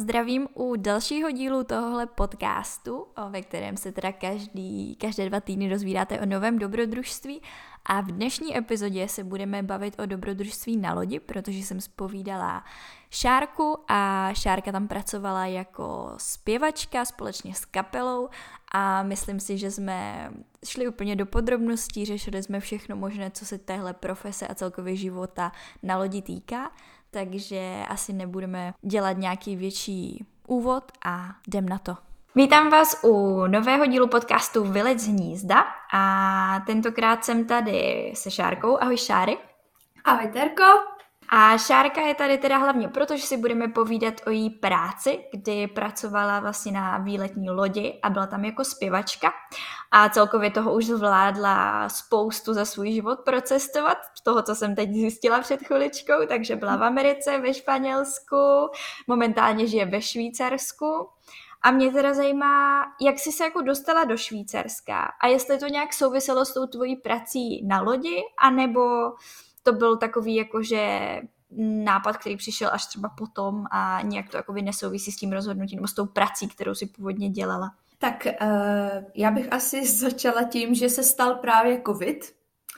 zdravím u dalšího dílu tohohle podcastu, ve kterém se teda každé 2 týdny dozvídáte o novém dobrodružství. A v dnešní epizodě se budeme bavit o dobrodružství na lodi, protože jsem zpovídala Šárku a Šárka tam pracovala jako zpěvačka společně s kapelou a myslím si, že jsme šli úplně do podrobností, řešili jsme všechno možné, co se téhle profese a celkově života na lodi týká, takže asi nebudeme dělat nějaký větší úvod a jdem na to. Vítám vás u nového dílu podcastu Vylec z hnízda a tentokrát jsem tady se Šárkou. Ahoj Šáry. Ahoj Terko. A Šárka je tady teda hlavně proto, že si budeme povídat o její práci, kdy pracovala vlastně na výletní lodi a byla tam jako zpěvačka a celkově toho už zvládla spoustu za svůj život procestovat, toho, co jsem teď zjistila před chviličkou, takže byla v Americe, ve Španělsku, momentálně žije ve Švýcarsku. A mě teda zajímá, jak jsi se jako dostala do Švýcarska a jestli to nějak souviselo s tou tvojí prací na lodi, anebo to byl takový jakože nápad, který přišel až třeba potom a nějak to jakoby nesouvisí s tím rozhodnutím nebo s tou prací, kterou si původně dělala. Tak já bych asi začala tím, že se stal právě covid.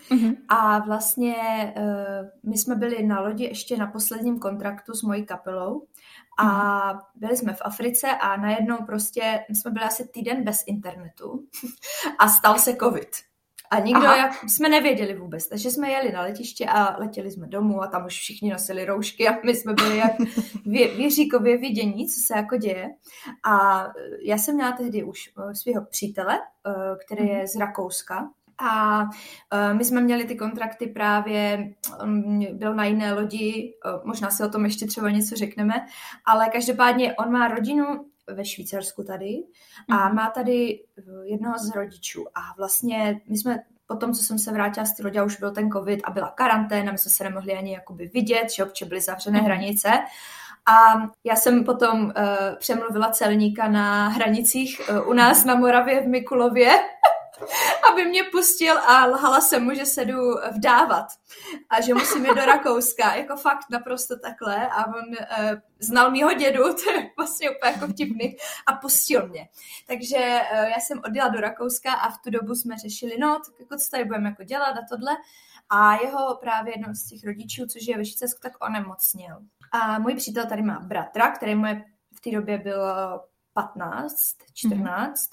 A vlastně my jsme byli na lodi ještě na posledním kontraktu s mojí kapelou a byli jsme v Africe a najednou prostě jsme byli asi týden bez internetu a stal se covid. A nikdo, jsme nevěděli vůbec, takže jsme jeli na letiště a letěli jsme domů a tam už všichni nosili roušky a my jsme byli jak věříkově vidění, co se jako děje. A já jsem měla tehdy už svého přítele, který je z Rakouska. A my jsme měli ty kontrakty právě, byl na jiné lodi, možná si o tom ještě třeba něco řekneme, ale každopádně on má rodinu ve Švýcarsku tady a má tady jednoho z rodičů a vlastně my jsme potom, co jsem se vrátila z té lodi, už byl ten covid a byla karanténa, my jsme se nemohli ani jakoby vidět, že obče byly zavřené hranice. A já jsem potom přemluvila celníka na hranicích u nás na Moravě v Mikulově, aby mě pustil a lhala jsem mu, že se jdu vdávat a že musím jít do Rakouska, jako fakt naprosto takhle a on znal mýho dědu, to je vlastně úplně jako vtipný a pustil mě. Takže já jsem odjela do Rakouska a v tu dobu jsme řešili, no tak jako co tady budeme jako dělat a tohle a jeho právě jednou z těch rodičů, což je ve Švýcarsku, tak onemocněl. A můj přítel tady má bratra, který mu v té době bylo 15, 14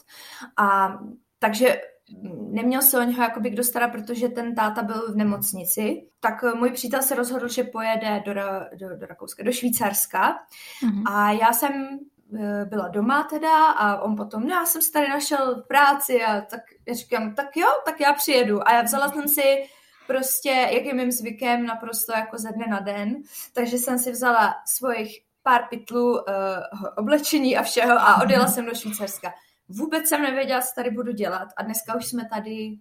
a takže neměl se o něho jakoby kdo starat, protože ten táta byl v nemocnici, tak můj přítel se rozhodl, že pojede do Rakouska, do Švýcarska a já jsem byla doma teda a on potom, no já jsem si tady našel práci a tak já říkám, tak jo, tak já přijedu a já vzala jsem si prostě, jak je mým zvykem, naprosto jako ze dne na den, takže jsem si vzala svojich pár pytlů oblečení a všeho a odjela jsem do Švýcarska. Vůbec jsem nevěděla, co tady budu dělat a dneska už jsme tady,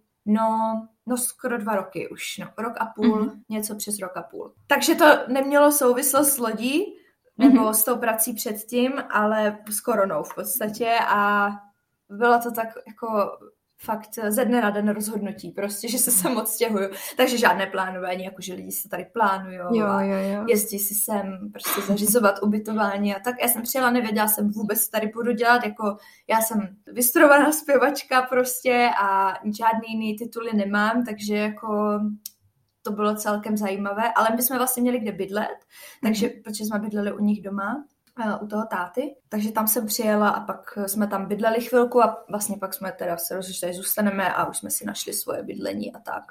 no skoro 2 roky už, rok a půl, něco přes rok a půl. Takže to nemělo souvislost s lodí, nebo s tou prací předtím, ale s koronou v podstatě a bylo to tak jako fakt ze dne na den rozhodnutí, prostě, že se sem odstěhuju. Takže žádné plánování, jakože lidi se tady plánujou a jezdí si sem prostě zařizovat ubytování a tak. Já jsem přijela, nevěděla jsem vůbec, co tady budu dělat, jako já jsem vystudovaná zpěvačka prostě a žádný jiný tituly nemám, takže jako to bylo celkem zajímavé, ale my jsme vlastně měli kde bydlet, takže protože jsme bydleli u nich doma, u toho táty, takže tam jsem přijela a pak jsme tam bydleli chvilku a vlastně pak jsme teda se rozhodli, že zůstaneme a už jsme si našli svoje bydlení a tak.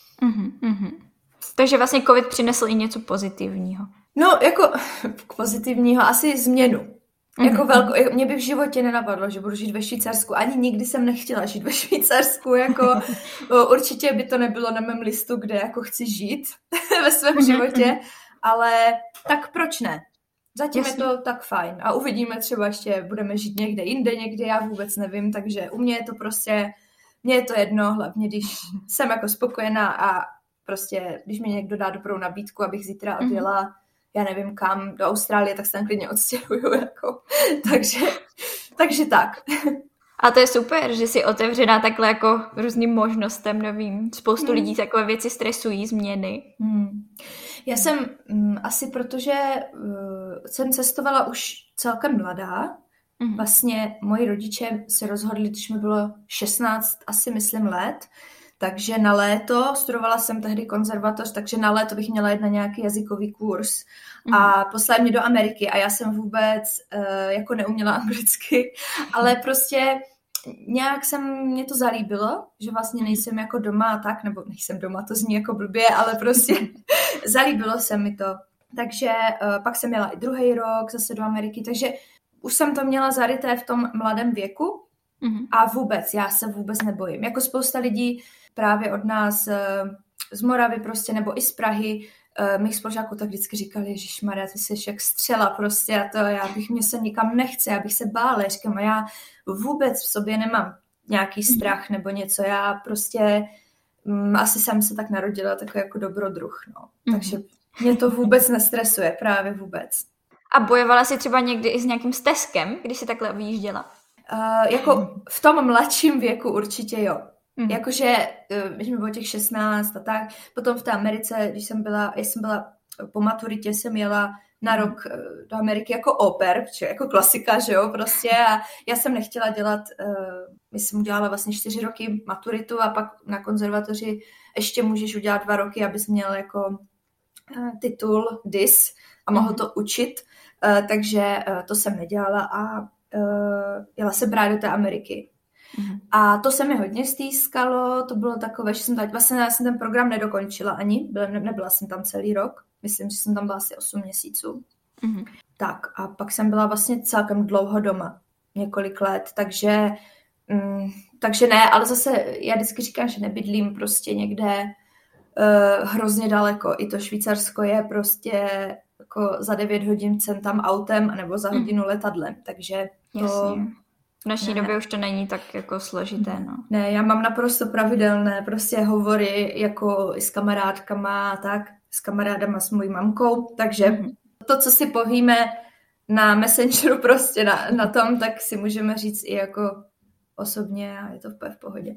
Takže vlastně covid přinesl i něco pozitivního. No, jako pozitivního, asi změnu. Jako mě by v životě nenapadlo, že budu žít ve Švýcarsku. Ani nikdy jsem nechtěla žít ve Švýcarsku. Jako, určitě by to nebylo na mém listu, kde jako chci žít ve svém životě, ale tak proč ne? Zatím je to tak fajn a uvidíme, třeba ještě budeme žít někde jinde, někde, já vůbec nevím, takže u mě je to prostě, mně je to jedno, hlavně když jsem jako spokojená a prostě, když mi někdo dá dobrou nabídku, abych zítra odjela, já nevím kam, do Austrálie, tak se tam klidně odstěhuju, jako, takže tak. A to je super, že jsi otevřená takhle jako různým možnostem novým. Spoustu lidí takové věci stresují, změny. Já jsem asi protože jsem cestovala už celkem mladá. Vlastně moji rodiče se rozhodli, když mi bylo 16, asi myslím let, takže na léto, studovala jsem tehdy konzervatoř, takže na léto bych měla jít na nějaký jazykový kurz a poslali mě do Ameriky a já jsem vůbec jako neuměla anglicky, ale prostě nějak mě to zalíbilo, že vlastně nejsem jako doma a tak, nebo nejsem doma, to zní jako blbě, ale prostě zalíbilo se mi to. Takže pak jsem měla i druhý rok zase do Ameriky, takže už jsem to měla zaryté v tom mladém věku a já se vůbec nebojím. Jako spousta lidí právě od nás z Moravy prostě, nebo i z Prahy, mých spolužáků tak vždycky říkali, ježišmarja, ty jsi jak střela prostě a to mě se nikam nechce, já bych se bála, říkám, a já vůbec v sobě nemám nějaký strach nebo něco, já prostě asi jsem se tak narodila takový jako dobrodruh, no. Takže mě to vůbec nestresuje, právě vůbec. A bojovala jsi třeba někdy i s nějakým steskem, když jsi takhle vyjížděla? Jako v tom mladším věku určitě jo. Jakože, když mi bylo těch 16 a tak, potom v té Americe, když jsem byla po maturitě, jsem jela na rok do Ameriky jako au pair, jako klasika, že jo, prostě a já jsem nechtěla dělat, jsem udělala vlastně 4 roky maturitu a pak na konzervatoři ještě můžeš udělat 2 roky, abys měl jako titul DIS a mohl to učit, takže to jsem nedělala a jela se brát do té Ameriky. A to se mi hodně stýskalo, to bylo takové, že já jsem ten program nedokončila ani, nebyla jsem tam celý rok, myslím, že jsem tam byla asi 8 měsíců. Tak a pak jsem byla vlastně celkem dlouho doma, několik let, takže ne, ale zase já vždycky říkám, že nebydlím prostě někde hrozně daleko, i to Švýcarsko je prostě jako za 9 hodin jsem tam autem, nebo za hodinu letadlem, takže to... Jasně. V dnešní době už to není tak jako složité, no. Ne, já mám naprosto pravidelné prostě hovory jako i s kamarádkama a tak, s kamarádama s mojí mamkou, takže to, co si povíme na Messengeru prostě na tom, tak si můžeme říct i jako osobně a je to v pohodě.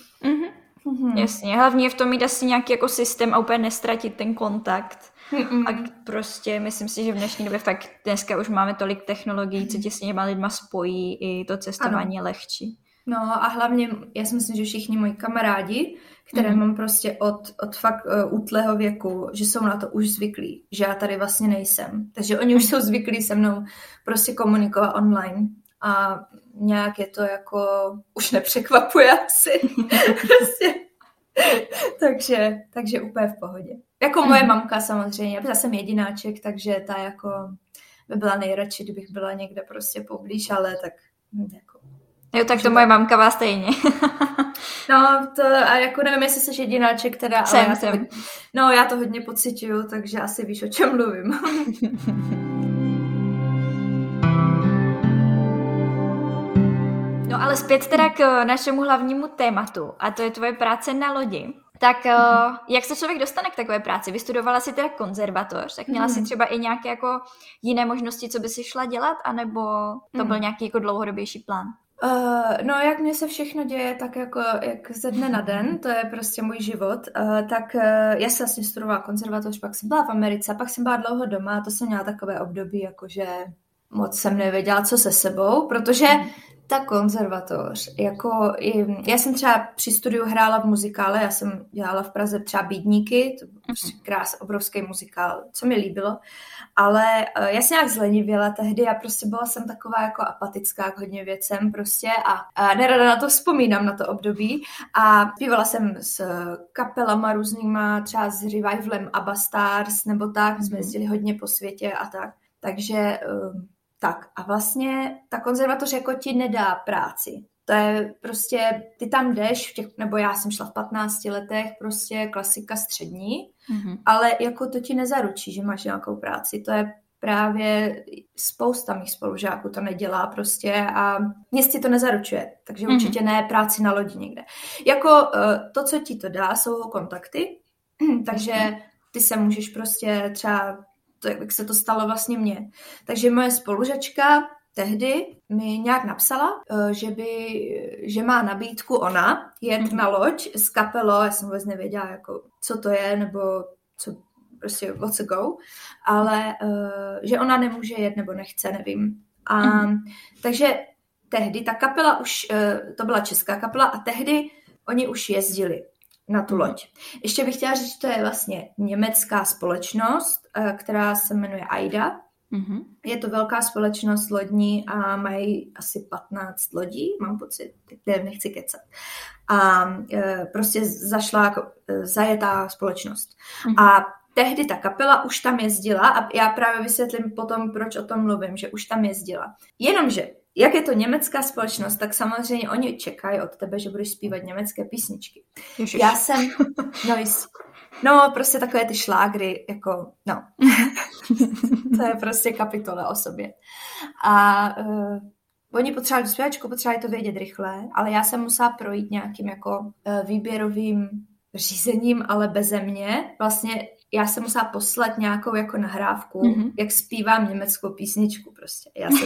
Jasně, hlavně je v tom mít asi nějaký jako systém a úplně nestratit ten kontakt. A prostě myslím si, že v dnešní době tak dneska už máme tolik technologií, co tě s těma lidma spojí, i to cestování je lehčí. No a hlavně, já si myslím, že všichni moji kamarádi, které mám prostě od fakt útlého věku, že jsou na to už zvyklí, že já tady vlastně nejsem. Takže oni už jsou zvyklí se mnou prostě komunikovat online a nějak je to jako, už nepřekvapuje asi. prostě. takže úplně v pohodě. Jako moje mamka samozřejmě, já jsem jedináček, takže ta jako by byla nejradši, kdybych byla někde prostě poblíž, ale tak jako... Jo, tak to moje mamka má stejně. No, to a jako nevím, jestli jsi jedináček teda, ale já to hodně pociťuju, takže asi víš, o čem mluvím. No ale zpět teda k našemu hlavnímu tématu, a to je tvoje práce na lodi. Tak jak se člověk dostane k takové práci? Vystudovala jsi teda konzervatoř, tak měla jsi třeba i nějaké jako jiné možnosti, co by si šla dělat, anebo to byl nějaký jako dlouhodobější plán? No, jak mě se všechno děje, tak jako jak ze dne na den, to je prostě můj život, tak já jsem vlastně studovala konzervatoř, pak jsem byla v Americe, pak jsem byla dlouho doma a to jsem měla takové období, jakože moc jsem nevěděla, co se sebou, protože ta konzervatoř, jako já jsem třeba při studiu hrála v muzikále, já jsem dělala v Praze třeba Bídníky, to byl obrovský muzikál, co mi líbilo, ale já jsem nějak zlenivěla tehdy a prostě byla jsem taková jako apatická k hodně věcem prostě a nerada na to vzpomínám, na to období a zpívala jsem s kapelama různýma, třeba s Revivalem ABBA Stars nebo tak, jsme jezdili hodně po světě a tak, takže tak a vlastně ta konzervatoř jako ti nedá práci. To je prostě, ty tam jdeš, nebo já jsem šla v 15 letech, prostě klasika střední, ale jako to ti nezaručí, že máš nějakou práci. To je právě spousta mých spolužáků to nedělá prostě a nic ti to nezaručuje. Takže určitě ne práci na lodi někde. Jako to, co ti to dá, jsou kontakty, takže ty se můžeš prostě třeba, jak se to stalo vlastně mně. Takže moje spolužačka tehdy mi nějak napsala, že má nabídku ona jet na loď s kapelou. Já jsem vůbec nevěděla, jako, co to je, nebo co, prostě what's a go, ale že ona nemůže jet, nebo nechce, nevím. Takže tehdy ta kapela už, to byla česká kapela a tehdy oni už jezdili na tu loď. Ještě bych chtěla říct, že to je vlastně německá společnost, která se jmenuje AIDA. Je to velká společnost lodní a mají asi 15 lodí, mám pocit, nechci kecat. A prostě zašla jako zajetá společnost. A tehdy ta kapela už tam jezdila a já právě vysvětlím potom, proč o tom mluvím, že už tam jezdila. Jenomže, jak je to německá společnost, tak samozřejmě oni čekají od tebe, že budeš zpívat německé písničky. Ježiš. Já jsem, no prostě takové ty šlágry, jako, no. To je prostě kapitola o sobě. A oni potřebovali zpěvačku, potřebovali to vědět rychle, ale já jsem musela projít nějakým jako výběrovým řízením, ale beze mě. Vlastně já jsem musela poslat nějakou jako nahrávku, jak zpívám německou písničku prostě. Já jsem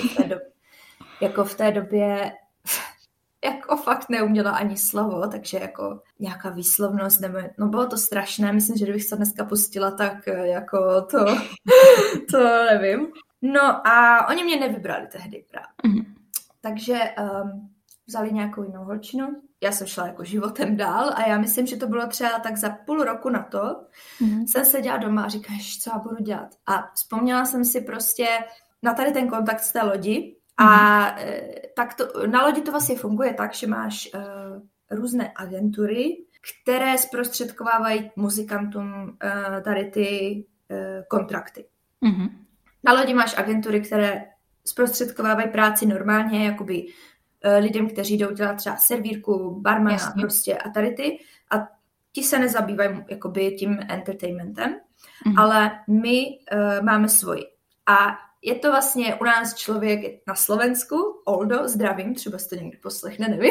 v té době jako fakt neuměla ani slovo, takže jako nějaká výslovnost, nebo, no bylo to strašné, myslím, že kdybych se dneska pustila, tak jako to nevím. No a oni mě nevybrali tehdy právě. Takže vzali nějakou jinou holčinu. Já jsem šla jako životem dál a já myslím, že to bylo třeba tak za půl roku na to, jsem seděla doma a říkáš, co já budu dělat. A vzpomněla jsem si prostě na tady ten kontakt z té lodi a tak to, na lodi to vlastně funguje tak, že máš různé agentury, které zprostředkovávají muzikantům tady ty kontrakty. Na lodi máš agentury, které zprostředkovávají práci normálně, jakoby lidem, kteří jdou dělat třeba servírku, barmana prostě a tady ty. A ti se nezabývají jakoby tím entertainmentem, ale my máme svoji. A je to vlastně u nás člověk na Slovensku, Oldo, zdravím, třeba si to někdy poslechne, nevím.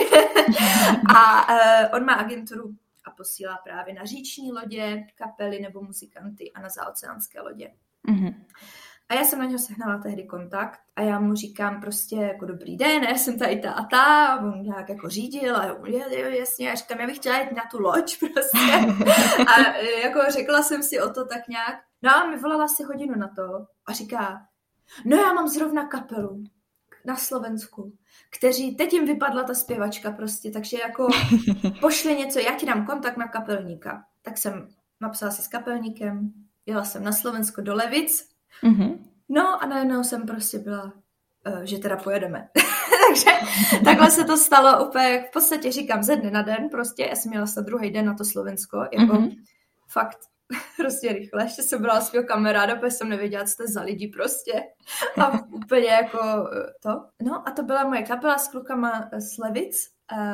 A on má agenturu a posílá právě na říční lodě, kapely nebo muzikanty a na zaoceánské lodě. A já jsem na něho sehnala tehdy kontakt a já mu říkám prostě jako dobrý den, já jsem tady ta a ta, a on nějak jako řídil a jo, jasně, a říkám, já bych chtěla jít na tu loď prostě. A jako řekla jsem si o to tak nějak. No a mi volala si hodinu na to a říká, no já mám zrovna kapelu na Slovensku, teď jim vypadla ta zpěvačka prostě, takže jako pošli něco, já ti dám kontakt na kapelníka. Tak jsem napsala si s kapelníkem, jela jsem na Slovensko do Levic. No a najednou jsem prostě byla, že teda pojedeme. Takže takhle se to stalo úplně, v podstatě říkám ze dne na den prostě, já jsem měla se druhý den na to Slovensko, jako fakt prostě rychle, ještě jsem byla svého kamaráda, protože jsem nevěděla, co to je za lidi prostě a úplně jako to. No a to byla moje kapela s klukama z Levic,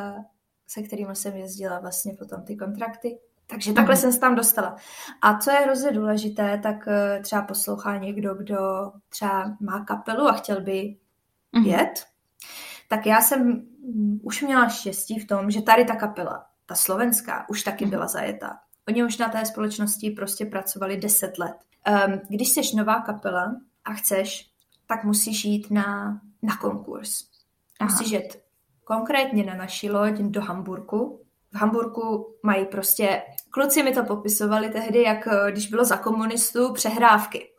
se kterými jsem jezdila vlastně potom ty kontrakty. Takže takhle jsem se tam dostala. A co je hrozně důležité, tak třeba poslouchá někdo, kdo třeba má kapelu a chtěl by jet, tak já jsem už měla štěstí v tom, že tady ta kapela, ta slovenská, už taky byla zajetá. Oni už na té společnosti prostě pracovali 10 let. Když jsi nová kapela a chceš, tak musíš jít na konkurs. Musíš jet konkrétně na naši loď do Hamburku. V Hamburku mají prostě, kluci mi to popisovali tehdy, jak když bylo za komunistů, přehrávky.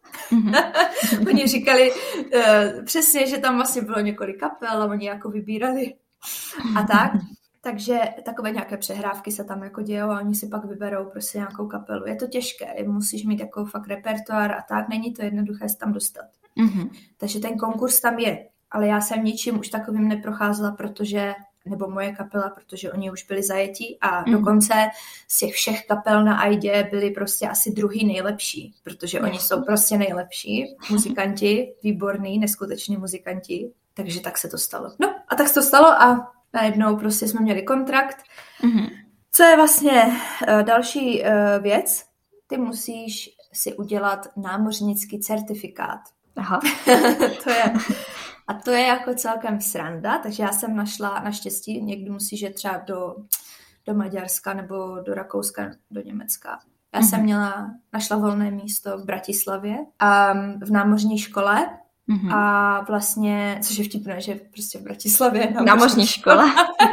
Oni říkali přesně, že tam vlastně bylo několik kapel a oni jako vybírali a tak. Takže takové nějaké přehrávky se tam jako dějou a oni si pak vyberou prostě nějakou kapelu. Je to těžké, musíš mít jako fakt repertoár a tak, není to jednoduché se tam dostat. Takže ten konkurs tam je, ale já jsem ničím už takovým neprocházela, nebo moje kapela, protože oni už byli zajetí a dokonce z těch všech kapel na Aidě byli prostě asi druhý nejlepší, protože oni jsou prostě nejlepší muzikanti, výborní, neskuteční muzikanti, takže tak se to stalo. No a tak se to stalo a najednou prostě jsme měli kontrakt. Co je vlastně další věc, ty musíš si udělat námořnický certifikát. A to je jako celkem sranda, takže já jsem našla, naštěstí, někdy musíš jít třeba do Maďarska nebo do Rakouska, do Německa. Já jsem našla volné místo v Bratislavě v námořní škole A vlastně, což je vtipné, že prostě v Bratislavě námořní škola.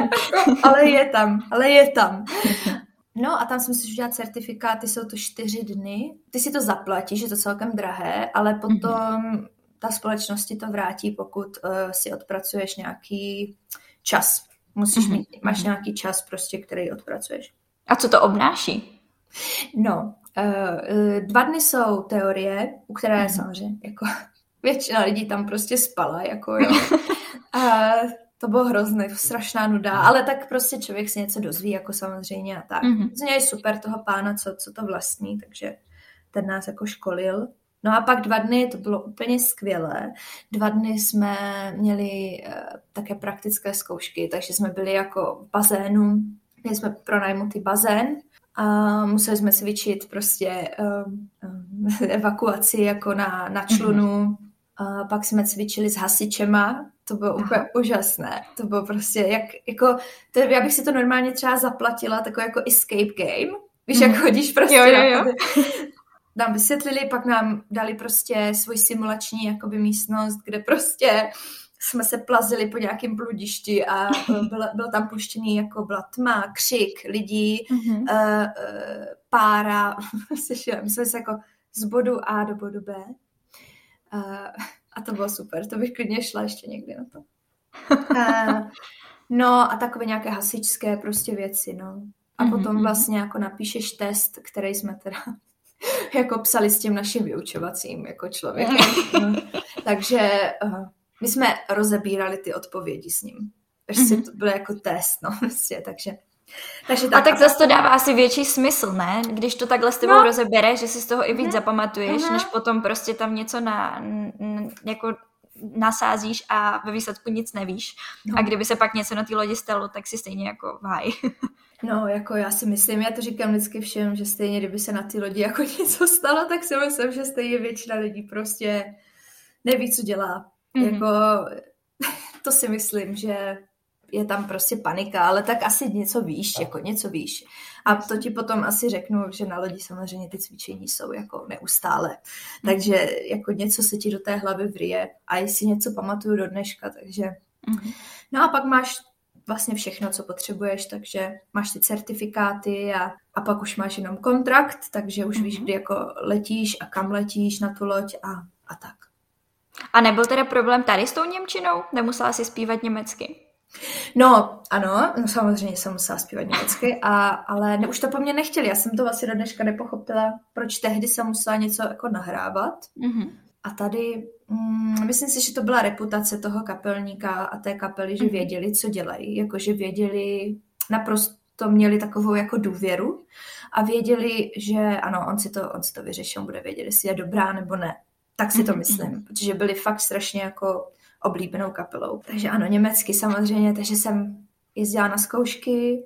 ale je tam. No a tam si musíš udělat certifikáty, jsou to 4 dny. Ty si to zaplatíš, je to celkem drahé, ale potom ta společnost ti to vrátí, pokud si odpracuješ nějaký čas. Máš nějaký čas prostě, který odpracuješ. A co to obnáší? No, 2 dny jsou teorie, u které samozřejmě jako většina lidí tam prostě spala, jako jo. A to bylo hrozné, strašná nuda, ale tak prostě člověk si něco dozví, jako samozřejmě a tak. Z něj je super toho pána, co to vlastní, takže ten nás jako školil. No a pak 2 dny, to bylo úplně skvělé. 2 dny jsme měli také praktické zkoušky, takže jsme byli jako v bazénu, měli jsme pronajmutý bazén a museli jsme cvičit prostě evakuaci jako na člunu. A pak jsme cvičili s hasičema, to bylo úplně úžasné. To bylo prostě já bych si to normálně třeba zaplatila, takový jako escape game. Víš, jak chodíš prostě. Jo. Nám vysvětlili, pak nám dali prostě svůj simulační jakoby místnost, kde prostě jsme se plazili po nějakém bludišti a byl tam puštěný, jako byla tma, křik lidí, pára, my jsme se jako z bodu A do bodu B. A to bylo super, to bych klidně šla ještě někdy na to. No a takové nějaké hasičské prostě věci, no. A potom vlastně jako napíšeš test, který jsme teda jako psali s tím naším vyučovacím jako člověkem. No. Takže my jsme rozebírali ty odpovědi s ním. Takže to bylo jako test, no. Vlastně, takže a tak zase to dává asi větší smysl, ne? Když to takhle s tebou rozebereš, že si z toho i víc zapamatuješ, než potom prostě tam něco jako nasázíš a ve výsledku nic nevíš. A kdyby se pak něco na té lodi stalo, tak si stejně jako v háji. No, jako já si myslím, já to říkám vždycky všem, že stejně, kdyby se na té lodi jako něco stalo, tak si myslím, že stejně většina lidí prostě neví, co dělá. Jako, to si myslím, že je tam prostě panika, ale tak asi něco víš, jako něco víš. A to ti potom asi řeknu, že na lodi samozřejmě ty cvičení jsou jako neustále. Takže jako něco se ti do té hlavy vryje a jestli něco pamatuju do dneška, takže... No a pak máš vlastně všechno, co potřebuješ, takže máš ty certifikáty a pak už máš jenom kontrakt, takže už víš, kdy jako letíš a kam letíš na tu loď a tak. A nebyl teda problém tady s tou němčinou? Nemusela si zpívat německy? No, ano, no samozřejmě jsem musela zpívat německy, ale už to po mně nechtěli. Já jsem to vlastně do dneška nepochopila, proč tehdy jsem musela něco jako nahrávat. A tady, myslím si, že to byla reputace toho kapelníka a té kapely, že věděli, co dělají. Jakože věděli, naprosto měli takovou jako důvěru a věděli, že ano, on si to vyřešil, bude vědět, jestli je dobrá nebo ne. Tak si to myslím, protože byli fakt strašně jako oblíbenou kapelou. Takže ano, německy samozřejmě, takže jsem jezdila na zkoušky.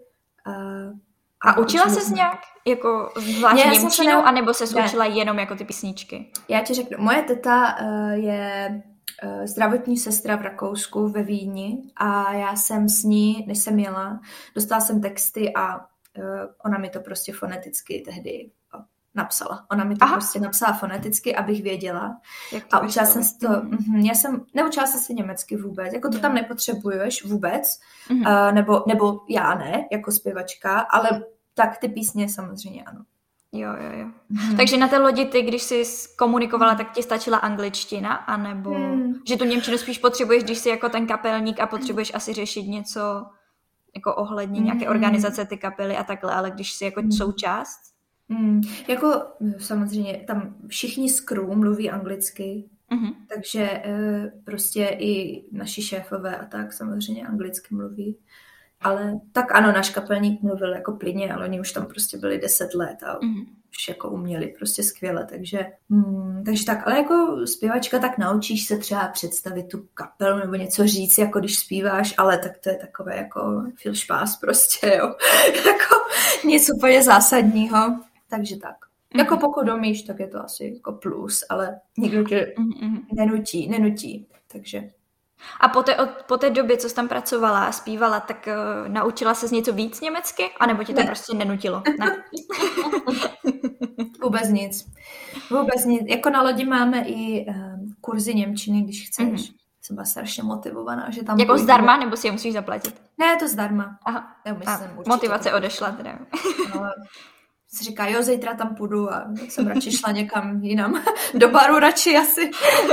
A učila ses nějak? Jako zvlášť němčinou, anebo ses učila jenom jako ty písničky? Já ti řeknu, moje teta je zdravotní sestra v Rakousku ve Vídni a já jsem s ní, než jsem jela, dostala jsem texty a ona mi to prostě foneticky tehdy napsala. Ona mi to prostě napsala foneticky, abych věděla. A učila jsem si to, neučila jsem si německy vůbec, jako to tam nepotřebuješ vůbec, nebo já ne, jako zpěvačka, ale tak ty písně samozřejmě ano. Jo. Takže na té lodi ty, když jsi komunikovala, tak ti stačila angličtina, anebo že tu němčinu spíš potřebuješ, když jsi jako ten kapelník a potřebuješ asi řešit něco jako ohledně nějaké organizace ty kapely a takhle, ale když jsi jako součást? Jako samozřejmě tam všichni z crew mluví anglicky, takže prostě i naši šéfové a tak samozřejmě anglicky mluví. Ale tak ano, náš kapelník mluvil jako plynně, ale oni už tam prostě byli 10 let a už jako uměli prostě skvěle, takže tak, ale jako zpěvačka tak naučíš se třeba představit tu kapelu nebo něco říct, jako když zpíváš, ale tak to je takové jako filšpás prostě, jo. Jako něco úplně zásadního, takže tak. Jako pokud umíš, tak je to asi jako plus, ale nikdo tě nenutí, takže... A po té době, co jsi tam pracovala a zpívala, tak naučila ses něco víc německy? A nebo tě to prostě nenutilo? Ne? Vůbec nic. Jako na lodi máme i kurzy němčiny, když chceš. Jsem byla strašně motivovaná, že tam... Jako zdarma, nebo si je musíš zaplatit? Ne, to zdarma. Aha, motivace odešla teda. No, si říká, jo, zítra tam půjdu a jsem radši šla někam jinam. Do baru radši asi.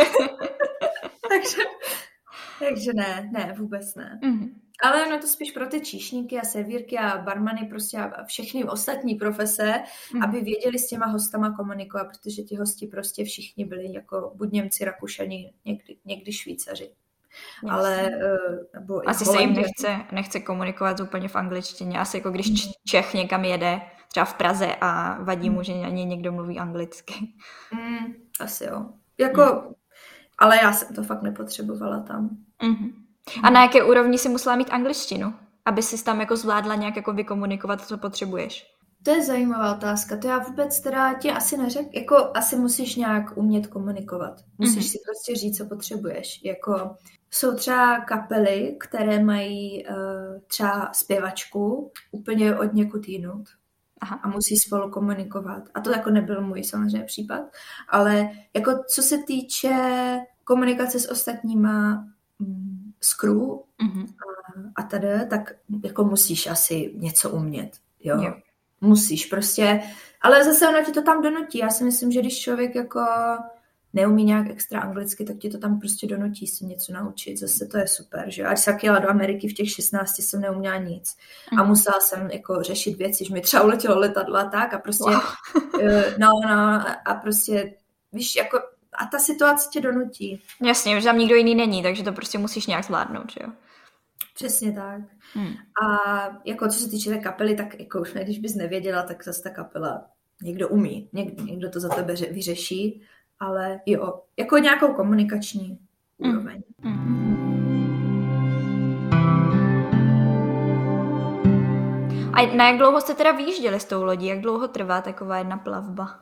takže ne, vůbec ne. Ale ono to spíš pro ty číšníky a servírky a barmany prostě a všechny ostatní profese, aby věděli s těma hostama komunikovat, protože ti hosti prostě všichni byli jako buď Němci, Rakušani, někdy Švýcaři. Jasně. Ale nebo asi se jim nechce komunikovat úplně v angličtině. Asi jako když Čech někam jede, třeba v Praze a vadí mu, že ani někdo mluví anglicky. Asi jo. Jako, ale já jsem to fakt nepotřebovala tam. A na jaké úrovni si musela mít angličtinu? Aby si tam jako zvládla nějak jako vykomunikovat, co potřebuješ? To je zajímavá otázka. To já vůbec teda ti asi neřeknu. Jako asi musíš nějak umět komunikovat. Musíš si prostě říct, co potřebuješ. Jako jsou třeba kapely, které mají třeba zpěvačku úplně od někud jinut. A musí spolu komunikovat. A to jako nebyl můj samozřejmě případ. Ale jako co se týče komunikace s ostatníma z crew a tady, tak jako musíš asi něco umět. Jo. Musíš prostě. Ale zase ono ti to tam donutí. Já si myslím, že když člověk jako neumí nějak extra anglicky, tak ti to tam prostě donutí si něco naučit. Zase to je super, že? A když jsem jela do Ameriky v těch 16, jsem neuměla nic. A musela jsem jako řešit věci, že mi třeba uletělo letadlo a tak a prostě a prostě víš, jako a ta situace tě donutí. Jasně, že tam nikdo jiný není, takže to prostě musíš nějak zvládnout, že jo? Přesně tak. A jako co se týče té kapely, tak jako už když bys nevěděla, tak zase ta kapela někdo umí, někdo to za tebe vyřeší, ale jo, jako nějakou komunikační úroveň. A na jak dlouho jste teda vyjížděli s tou lodí? Jak dlouho trvá taková jedna plavba?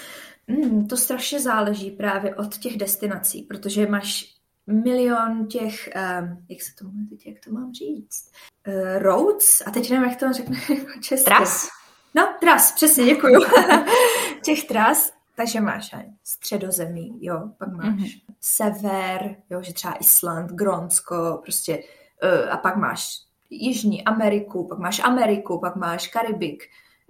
To strašně záleží právě od těch destinací, protože máš milion těch, jak to mám říct? Roads? A teď nevím, jak to řekne česky. Tras? No, tras, přesně, děkuju. Těch tras, takže máš Středozemí, jo, pak máš sever, jo, že třeba Island, Grónsko, prostě, a pak máš Jižní Ameriku, pak máš Karibik,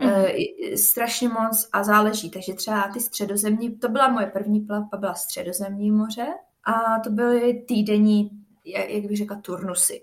strašně moc a záleží, takže třeba ty středozemní, to byla moje první plavba, byla Středozemní moře a to byly týdenní, jak bych řekla, turnusy.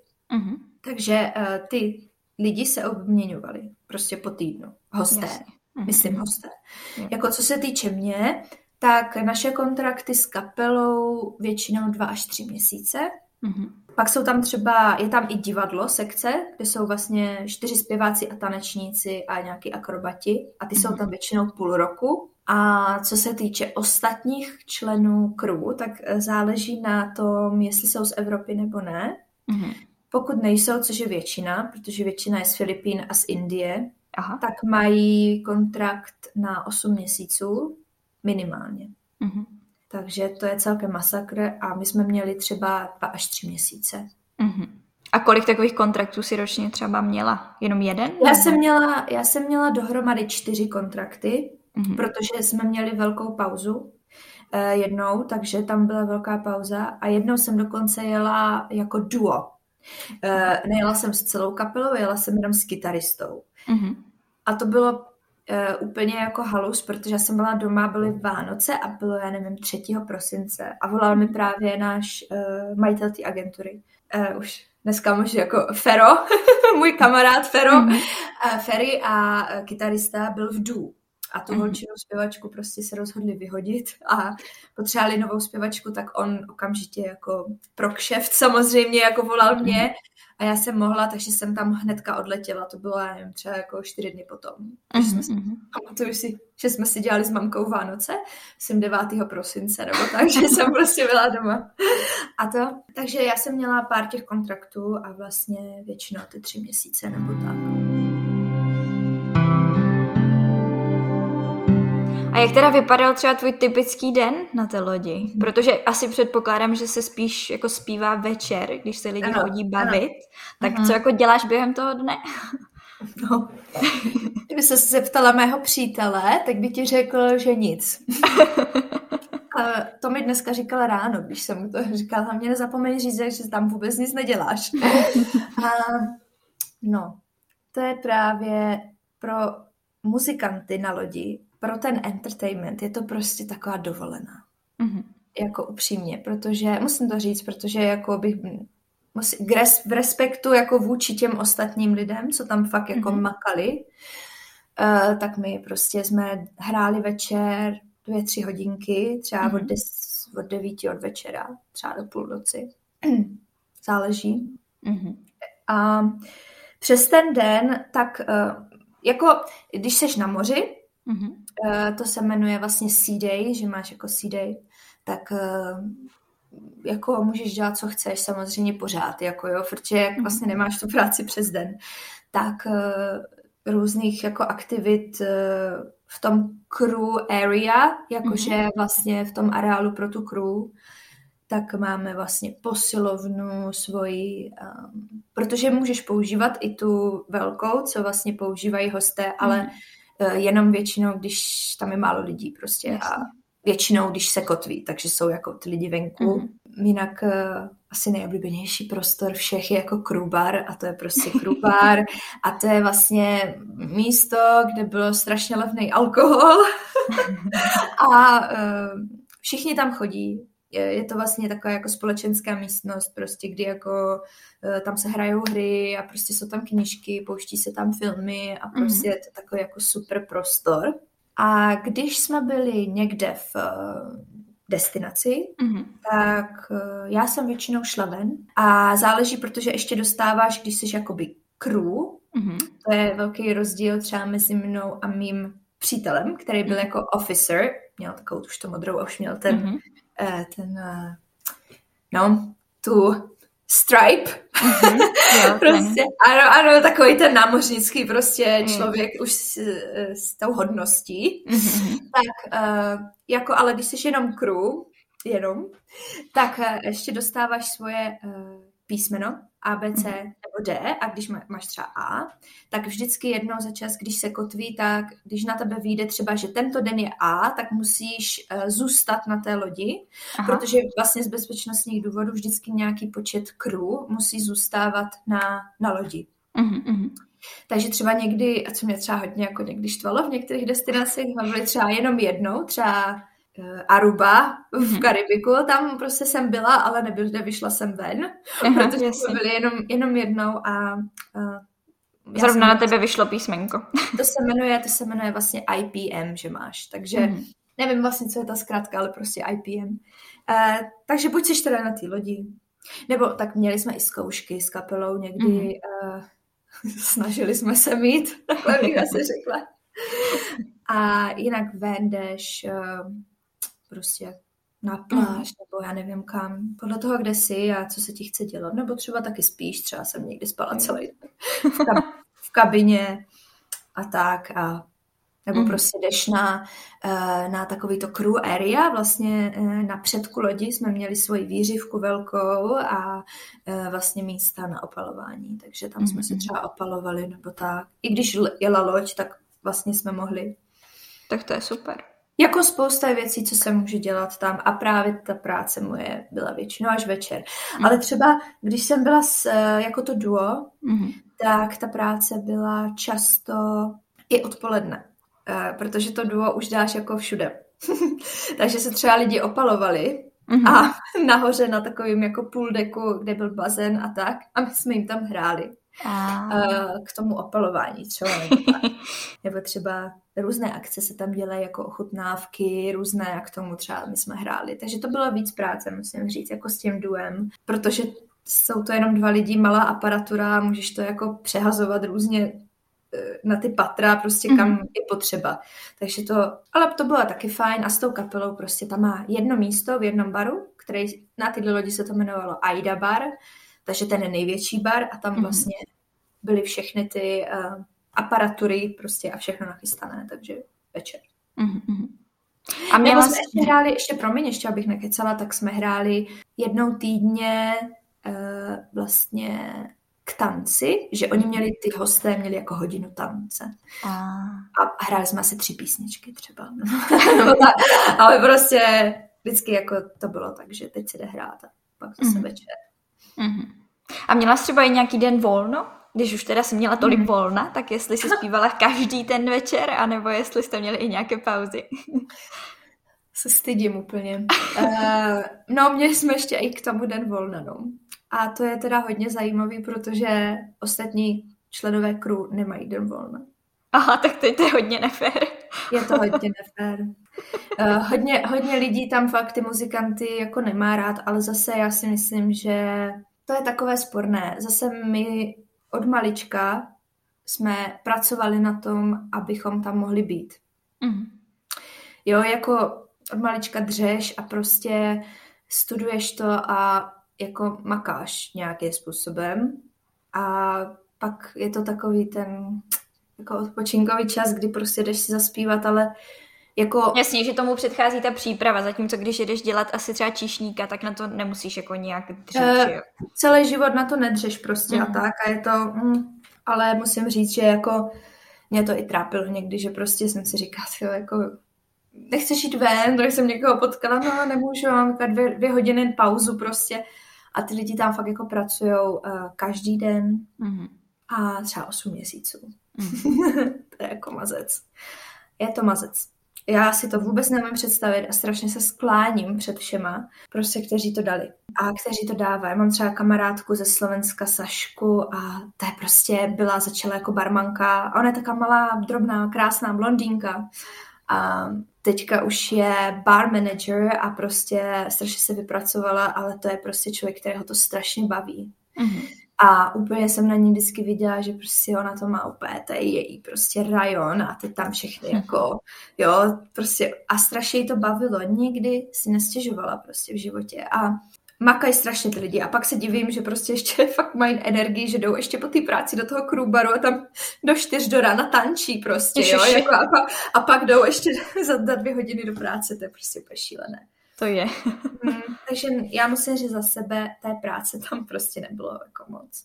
Takže ty lidi se obměňovali prostě po týdnu, hosté, myslím hosté. Jako co se týče mě, tak naše kontrakty s kapelou většinou 2 až 3 měsíce. Pak jsou tam třeba, je tam i divadlo, sekce, kde jsou vlastně 4 zpěváci a tanečníci a nějaký akrobati a ty jsou tam většinou půl roku. A co se týče ostatních členů crew, tak záleží na tom, jestli jsou z Evropy nebo ne. Pokud nejsou, což je většina, protože většina je z Filipín a z Indie, tak mají kontrakt na 8 měsíců minimálně. Takže to je celkem masakr a my jsme měli třeba 2 až 3 měsíce. A kolik takových kontraktů si ročně třeba měla? Jenom jeden? Já jsem měla dohromady 4 kontrakty, protože jsme měli velkou pauzu jednou, takže tam byla velká pauza a jednou jsem dokonce jela jako duo. Nejela jsem s celou kapelou, jela jsem jenom s kytaristou. A to bylo úplně jako halus, protože já jsem byla doma, byly Vánoce a bylo, já nevím, 3. prosince a volal mi právě náš majitel té agentury. Už dneska možná jako Fero, můj kamarád Ferry a kytarista byl v dů. A tu holčinu zpěvačku prostě se rozhodli vyhodit a potřebovali novou zpěvačku, tak on okamžitě jako pro kšeft samozřejmě jako volal mě a já jsem mohla, takže jsem tam hnedka odletěla. To bylo, já nevím, třeba jako 4 dny potom. Pamatuju si, že jsme si dělali s mamkou Vánoce, jsem 9. prosince nebo tak, že jsem prostě byla doma. Takže já jsem měla pár těch kontraktů a vlastně většinou ty 3 měsíce nebo tak. A jak teda vypadal třeba tvůj typický den na té lodi? Protože asi předpokládám, že se spíš jako zpívá večer, když se lidi chodí bavit. Tak co jako děláš během toho dne? No, kdyby se zeptala mého přítele, tak by ti řekl, že nic. To mi dneska říkala ráno, když jsem mu to říkala, mě nezapomeň říct, že tam vůbec nic neděláš. No, to je právě pro muzikanty na lodi, pro ten entertainment, je to prostě taková dovolená. Jako upřímně, protože, musím to říct, protože jako bych v respektu jako vůči těm ostatním lidem, co tam fakt jako makali, tak my prostě jsme hráli večer 2-3 hodinky, třeba od 9 od večera, třeba do půl noci. Záleží. A přes ten den, tak jako když seš na moři, to se jmenuje vlastně sea day, že máš jako sea day, tak jako můžeš dělat, co chceš, samozřejmě pořád, jako jo, protože jak vlastně nemáš tu práci přes den, tak různých jako aktivit v tom crew area, jakože vlastně v tom areálu pro tu crew, tak máme vlastně posilovnu svoji, protože můžeš používat i tu velkou, co vlastně používají hosté, ale jenom většinou, když tam je málo lidí prostě a většinou, když se kotví, takže jsou jako ty lidi venku. Jinak asi nejoblíbenější prostor všech je jako crew bar a to je prostě crew bar a to je vlastně místo, kde bylo strašně levný alkohol a všichni tam chodí. Je to vlastně taková jako společenská místnost, prostě, kdy jako tam se hrajou hry a prostě jsou tam knížky, pouští se tam filmy a prostě je to takový jako super prostor. A když jsme byli někde v destinaci, tak já jsem většinou šla ven a záleží, protože ještě dostáváš, když jsi jakoby crew, to je velký rozdíl třeba mezi mnou a mým přítelem, který byl jako officer, měl takovou už to modrou a už měl tu stripe. Prostě, ano, takový ten námořnický prostě člověk už s tou hodností. Tak jako, ale když jsi jenom crew, tak ještě dostáváš svoje písmeno A, B, C nebo D a když máš třeba A, tak vždycky jednou za čas, když se kotví, tak když na tebe vyjde třeba, že tento den je A, tak musíš zůstat na té lodi, protože vlastně z bezpečnostních důvodů vždycky nějaký počet crew musí zůstávat na lodi. Takže třeba někdy, a co mě třeba hodně jako někdy štvalo v některých destinacích, jsme byli třeba jenom jednou, třeba Aruba v Karibiku, tam prostě jsem byla, ale nevyšla jsem ven, protože jsme byli jenom jednou a zrovna na tebe vyšlo písmenko. To se jmenuje vlastně IPM, že máš, takže nevím vlastně, co je ta zkrátka, ale prostě IPM. Takže buď jsi teda na té lodi, nebo tak měli jsme i zkoušky s kapelou někdy, snažili jsme se mít, takhle bych asi řekla. A jinak ven jdeš prostě na pláž, nebo já nevím kam, podle toho, kde jsi a co se ti chce dělat, nebo třeba taky spíš, třeba jsem někdy spala celý den v kabině a tak, a nebo prostě jdeš na takovýto crew area, vlastně na předku lodi jsme měli svoji výřivku velkou a vlastně místa na opalování, takže tam jsme se třeba opalovali, nebo tak. I když jela loď, tak vlastně jsme mohli. Tak to je super. Jako spousta věcí, co se může dělat tam a právě ta práce moje byla většinou až večer. Ale třeba, když jsem byla jako to duo, tak ta práce byla často i odpoledne, protože to duo už dáš jako všude. Takže se třeba lidi opalovali a nahoře na takovým jako půldeku, kde byl bazén a tak, a my jsme jim tam hráli. K tomu opalování třeba. Nebo třeba různé akce se tam dělají jako ochutnávky, různé, jak k tomu třeba my jsme hráli. Takže to bylo víc práce, musím říct, jako s tím duem, protože jsou to jenom 2 lidi, malá aparatura, můžeš to jako přehazovat různě na ty patra, prostě kam je potřeba. Takže ale to bylo taky fajn a s tou kapelou prostě tam má jedno místo v jednom baru, který na tyhle lodi se to jmenovalo Aida bar, takže ten je největší bar a tam vlastně byly všechny ty aparatury prostě a všechno nachystané, takže večer. A nebo jsme ještě hráli, ještě abych nekecala, tak jsme hráli jednou týdně vlastně k tanci, že oni měli, ty hosté měli jako hodinu tance. A hráli jsme asi 3 písničky třeba. Ale prostě vždycky jako to bylo tak, že teď se jde hrát a pak zase večer. A měla jsi třeba i nějaký den volno? Když už teda jsi měla tolik volna, tak jestli jsi zpívala každý ten večer, anebo jestli jste měli i nějaké pauzy? Se stydím úplně. No, měli jsme ještě i k tomu den volna, no. A to je teda hodně zajímavý, protože ostatní členové crew nemají den volna. Aha, tak to je hodně nefér. Je to hodně nefér. Hodně lidí tam fakt ty muzikanty jako nemá rád, ale zase já si myslím, že to je takové sporné. Zase my od malička jsme pracovali na tom, abychom tam mohli být. Jo, jako od malička dřeš a prostě studuješ to a jako makáš nějakým způsobem a pak je to takový ten jako odpočinkový čas, kdy prostě jdeš si zaspívat, ale jako... Jasně, že tomu předchází ta příprava, zatímco když jdeš dělat asi třeba číšníka, tak na to nemusíš jako nějak dřít, jo? Celý život na to nedřeš prostě a tak a je to... ale musím říct, že jako mě to i trápilo někdy, že prostě jsem si říkala, jako nechceš jít ven, tak jsem někoho potkala, no nemůžu, mám 2 hodiny pauzu prostě a ty lidi tam fakt jako pracujou každý den a třeba 8 měsíců. To je jako mazec. Je to mazec. Já si to vůbec nemám představit a strašně se skláním před všema, prostě kteří to dali a kteří to dávají. Mám třeba kamarádku ze Slovenska, Sašku, a ta je prostě začala jako barmanka a ona je taková malá, drobná, krásná blondýnka a teďka už je bar manager a prostě strašně se vypracovala, ale to je prostě člověk, kterého to strašně baví. A úplně jsem na ní vždycky viděla, že prostě ona to má úplně, to je její prostě rajon a ty tam všechny jako, jo, prostě a strašně jí to bavilo. Nikdy si nestěžovala prostě v životě a makají strašně ty lidi a pak se divím, že prostě ještě fakt mají energii, že jdou ještě po té práci do toho crewbaru a tam do 4 do rána tančí prostě, jo, jako a pak jdou ještě za 2 hodiny do práce, to je prostě úplně šílené. To je. Takže já musím říct za sebe, té práce tam prostě nebylo jako moc.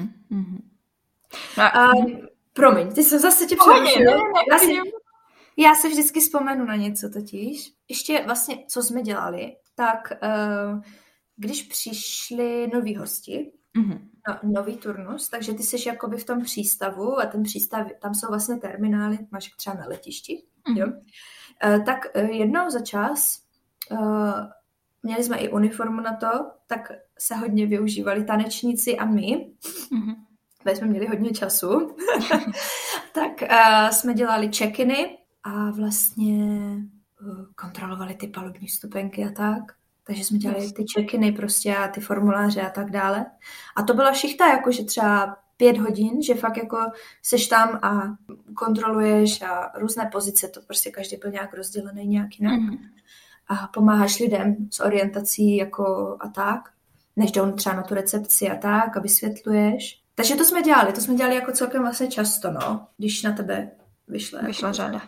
Promiň, ty jsem zase tě přerušila. Já se vždycky vzpomenu na něco totiž. Ještě vlastně, co jsme dělali, tak když přišli noví hosti, nový turnus, takže ty jsi jakoby v tom přístavu a ten přístav, tam jsou vlastně terminály, máš třeba na letišti, jo? Tak jednou za čas měli jsme i uniformu na to, tak se hodně využívali tanečníci a my, protože jsme měli hodně času, tak jsme dělali check-iny a vlastně kontrolovali ty palubní vstupenky a tak. Takže jsme dělali ty check-iny prostě a ty formuláře a tak dále. A to byla šichta, jakože třeba 5 hodin, že fakt jako seš tam a kontroluješ a různé pozice, to prostě každý byl nějak rozdělený nějak jinak. A pomáháš lidem s orientací jako a tak, než jdou třeba na tu recepci a tak a vysvětluješ. Takže to jsme dělali jako celkem vlastně často, no, když na tebe vyšla jako řada.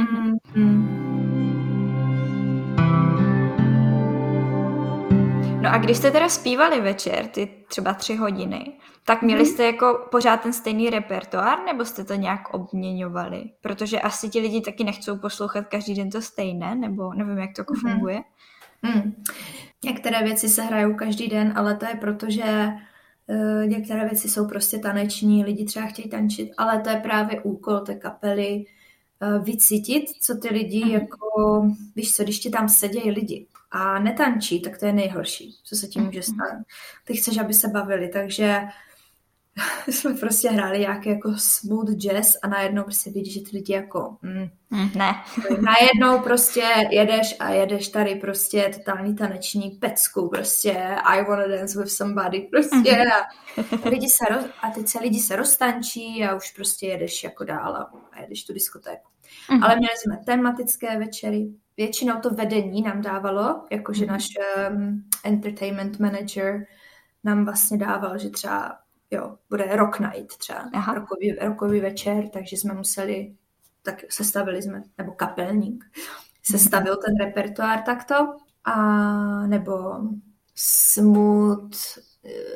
No a když jste teda zpívali večer, ty třeba 3 hodiny, tak měli jste jako pořád ten stejný repertoár, nebo jste to nějak obměňovali? Protože asi ti lidi taky nechcou poslouchat každý den to stejné, nebo nevím, jak to jako funguje. Některé věci se hrajou každý den, ale to je proto, že některé věci jsou prostě taneční, lidi třeba chtějí tančit, ale to je právě úkol té kapely vycítit, co ty lidi jako, víš co, když ti tam sedějí lidi a netančí, tak to je nejhorší, co se tím může stát. Ty chceš, aby se bavili, takže jsme prostě hráli nějaký jako smooth jazz a najednou prostě vidíš, že ty lidi jako ne. Najednou prostě jedeš tady prostě totální taneční pecku, prostě I wanna dance with somebody prostě a teď se lidi se roztančí a už prostě jedeš jako dál a jedeš tu diskotéku. Ale měli jsme tematické večery, většinou to vedení nám dávalo, jakože náš entertainment manager nám vlastně dával, že třeba bude rock night třeba, rockový večer, takže jsme museli, tak sestavili jsme, nebo kapelník, sestavil ten repertoár takto, a nebo smooth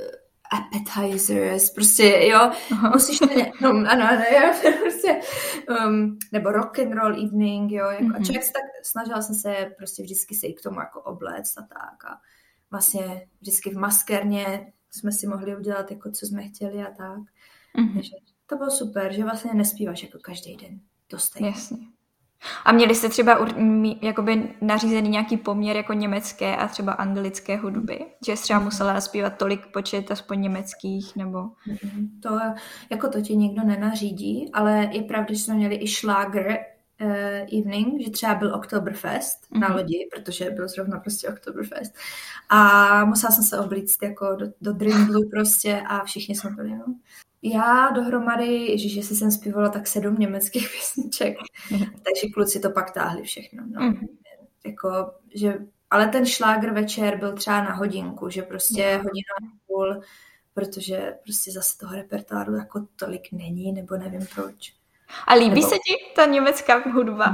appetizers, prostě, jo, musíš to ano, jo, prostě, nebo rock and roll evening, jo, jako, a člověk se tak, snažila jsem se prostě vždycky se i k tomu jako obléct a tak a vlastně vždycky v maskérně jsme si mohli udělat jako co jsme chtěli a tak, takže to bylo super, že vlastně nespíváš jako každý den, to stejně. Jasně. A měli jste třeba jakoby nařízený nějaký poměr jako německé a třeba anglické hudby? Že jsi třeba musela naspívat tolik počet aspoň německých, nebo? To, jako to ti nikdo nenařídí, ale je pravda, že jsme měli i šláger evening, že třeba byl Oktoberfest na lodi, protože byl zrovna prostě Oktoberfest. A musela jsem se oblíct jako do drindlu prostě a všichni jsme byli, no. Já dohromady, ježiš, jestli jsem zpívala tak 7 německých písniček, takže kluci to pak táhli všechno. No. Jako, že, ale ten šláger večer byl třeba na hodinku, že prostě hodina a půl, protože prostě zase toho repertoáru jako tolik není, nebo nevím proč. A líbí se ti ta německá hudba?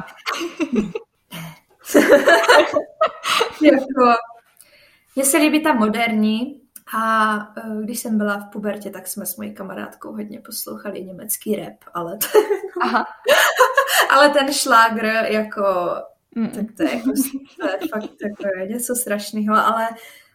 Jako, mně se líbí ta moderní, a když jsem byla v pubertě, tak jsme s mojí kamarádkou hodně poslouchali německý rap, ale ale ten šlágr jako, tak to je fakt jako něco strašného, ale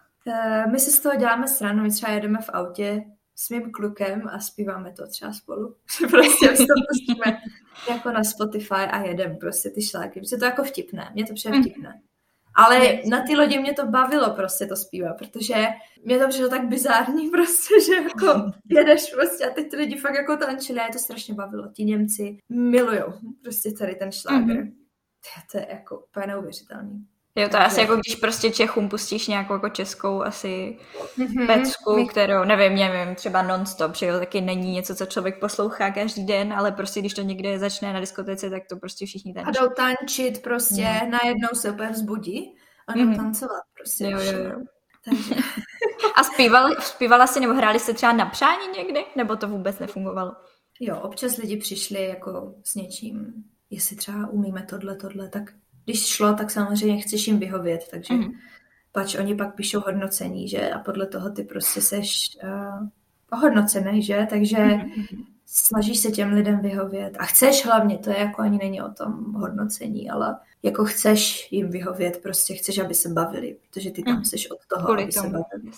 my si z toho děláme srandu, my třeba jedeme v autě s mým klukem a zpíváme to třeba spolu. Prostě to pustíme jako na Spotify a jedeme prostě ty šlágry. Protože to jako vtipné, mě to přijde vtipné. Ale na ty lodi mě to bavilo prostě to zpívat, protože mě to přišlo tak bizární prostě, že jako jedeš prostě a teď ty lidi fakt jako tančili a je to strašně bavilo. Ti Němci milujou prostě tady ten šláger. To je jako úplně neuvěřitelný. Jo, to je asi jako když prostě Čechům pustíš nějakou jako českou asi pecku, kterou, nevím, třeba non-stop, že jo, taky není něco, co člověk poslouchá každý den, ale prostě když to někde začne na diskotece, tak to prostě všichni tančí. A jdou tančit prostě, najednou se úplně vzbudí a jdou tancovat prostě. Jo. Takže. A zpívala jsi nebo hráli jste třeba na přání někdy, nebo to vůbec nefungovalo? Jo, občas lidi přišli jako s něčím, jestli třeba umíme tohle, tak když šlo, tak samozřejmě chceš jim vyhovět, takže pač oni pak píšou hodnocení, že? A podle toho ty prostě seš ohodnocený, že? Takže snažíš se těm lidem vyhovět. A chceš hlavně, to je jako ani není o tom hodnocení, ale jako chceš jim vyhovět, prostě chceš, aby se bavili, protože ty tam seš od toho, kvůli aby tomu. se bavili.